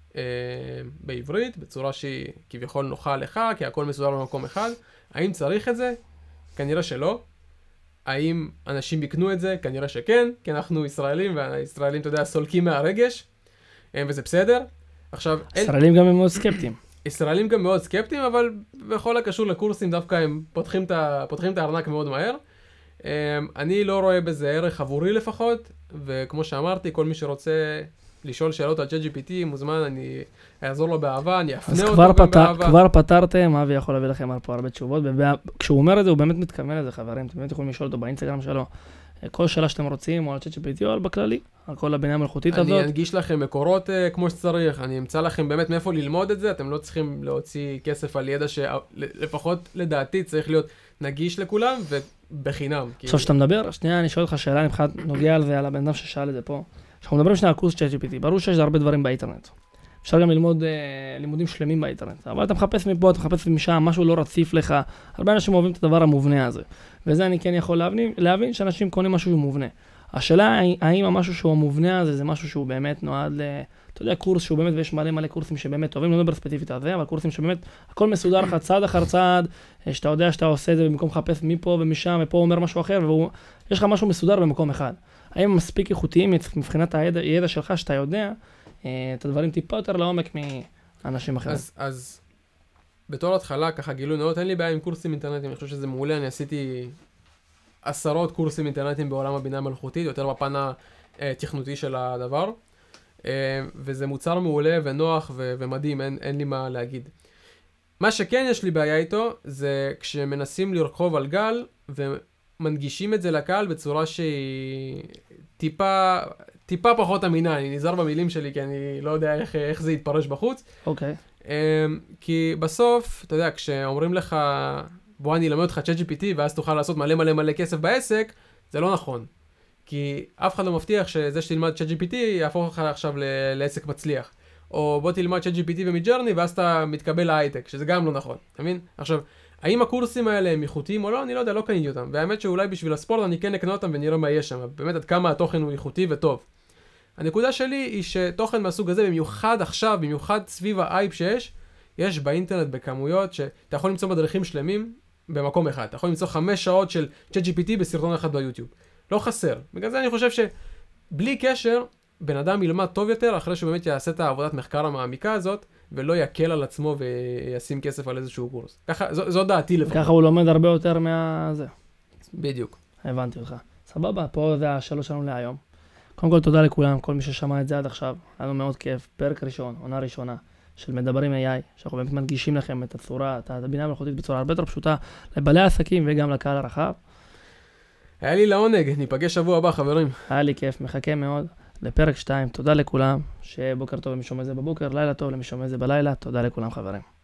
בעברית, בצורה שהיא כביכול נוחה לך, כי הכל מסודר במקום אחד. האם צריך את זה? כנראה שלא. האם אנשים יקנו את זה? כנראה שכן, כי אנחנו ישראלים, והישראלים, אתה יודע, סולקים מהרגש, וזה בסדר. עכשיו, ישראלים גם הם מאוד סקפטיים. ישראלים גם מאוד סקפטיים, אבל בכל הקשור לקורסים דווקא הם פותחים את הארנק מאוד מהר. אני לא רואה בזה ערך עבורי לפחות, וכמו שאמרתי, כל מי שרוצה לשאול שאלות על ChatGPT מוזמן, אני אעזור לו באהבה, אני אפנה אותו גם באהבה. אז כבר פתרתם, אבי יכול להביא לכם פה הרבה תשובות, וכשהוא אומר את זה, הוא באמת מתכוון לזה, חברים, אתם באמת יכולים לשאול אותו באינסטגרם שלו, כל שאלה שאתם רוצים, או על ChatGPT או על בכללי, על כל הבינה המלאכותית הזאת. אני אנגיש לכם מקורות כמו שצריך, אני אמצא לכם באמת מאיפה ללמוד את זה, אתם לא צריכים להוציא כסף על ידע שלפחות לדעתי צריך להיות נגיש לכולם ובחינם. עכשיו שאתה מדבר, שנייה אני שואל אותך שאלה, אני בכלל נוגע על זה, על הבן אדם ששאל את זה פה. אנחנו מדברים שנייה על קורס ChatGPT, ברור שיש הרבה דברים באינטרנט. אפשר גם ללמוד לימודים שלמים באינטרנט, אבל אתה מחפש מפה, אתה מחפש משם, משהו לא רציף לך. הרבה אנשים אוהבים את הדבר המובנה הזה. וזה אני כן יכול להבין שאנשים קונים משהו שהוא מובנה. השאלה האם המשהו שהוא המובנה הזה, זה משהו שהוא באמת נועד אתה יודע, קורס שהוא באמת, ויש מלא קורסים שבאמת טובים, לא מדבר ספציפית על זה, אבל קורסים שבאמת הכל מסודר לך צעד אחר צעד, שאתה יודע שאתה עושה את זה במקום לחפש מפה ומשם, ופה אומר משהו אחר, ויש לך משהו מסודר במקום אחד. האם הם מספיק איכותיים מבחינת הידע שלך, שאתה יודע את הדברים טיפה יותר לעומק מאנשים אחרים? אז בתור התחלה, ככה גילוי נאות, אין לי בעיה עם קורסים אינטרנטיים, אני חושב שזה מעולה, אני עשיתי עשרות קורסים אינטרנטיים בעולם הבינה המלאכותית, יותר בפן התכנותי של הדבר, וזה מוצר מעולה ונוח ומדהים, אין לי מה להגיד. מה שכן יש לי בעיה איתו, זה כשמנסים לרכוב על גל, ומנגישים את זה לקהל בצורה שהיא טיפה פחות אמינה, אני נזהר במילים שלי, כי אני לא יודע איך זה יתפרש בחוץ. אוקיי. כי בסוף, אתה יודע, כשאומרים לך, בוא אני אלמד אותך ChatGPT, ואז תוכל לעשות מלא מלא מלא כסף בעסק, זה לא נכון. כי אף אחד לא מבטיח שזה שתלמד ChatGPT יהפוך לך עכשיו לעסק מצליח. או בוא תלמד ChatGPT ומידג'רני, ואז אתה מתקבל להייטק, שזה גם לא נכון, אתה מבין? עכשיו, האם הקורסים האלה הם איכותיים או לא? אני לא יודע, לא קניתי אותם. והאמת שאולי בשביל הספורט אני כן אקנה אותם ונראה מה יש שם. באמת עד כמה התוכן הוא איכותי וטוב. הנקודה שלי היא שתוכן מהסוג הזה, במיוחד עכשיו, במיוחד סביב האייפ יש באינטרנט בכמויות שאתה יכול למצוא מדריכים שלמים במקום אחד. אתה יכול למצוא 5 שעות של ChatGPT בסרטון אחד ביוטיוב. לא חסר. בגלל זה אני חושב שבלי קשר, בן אדם ילמד טוב יותר אחרי שהוא באמת יעשה את העבודת מחקר המעמיקה הזאת, ולא יקל על עצמו וישים כסף על איזשהו קורס. ככה, זו דעתי לפחות. ככה הוא לומד הרבה יותר זה. בדיוק. הבנתי אותך. סבבה, פה זה השלוש שלנו להיום. קודם כל תודה לכולם, כל מי ששמע את זה עד עכשיו. היה לנו מאוד כיף. פרק ראשון, עונה ראשונה של מדברים AI, שאנחנו באמת מדגישים לכם את הצורה, את הבינה המלאכותית בצורה הרבה יותר פשוטה לבעלי העסקים וגם לקהל הרחב. היה לי לעונג, ניפגש שבוע הבא, חברים. היה לי כיף, מחכה מאוד לפרק 2. תודה לכולם, שבוקר טוב למי שומע את זה בבוקר, לילה טוב למי שומע את זה בלילה. תודה לכולם, חברים.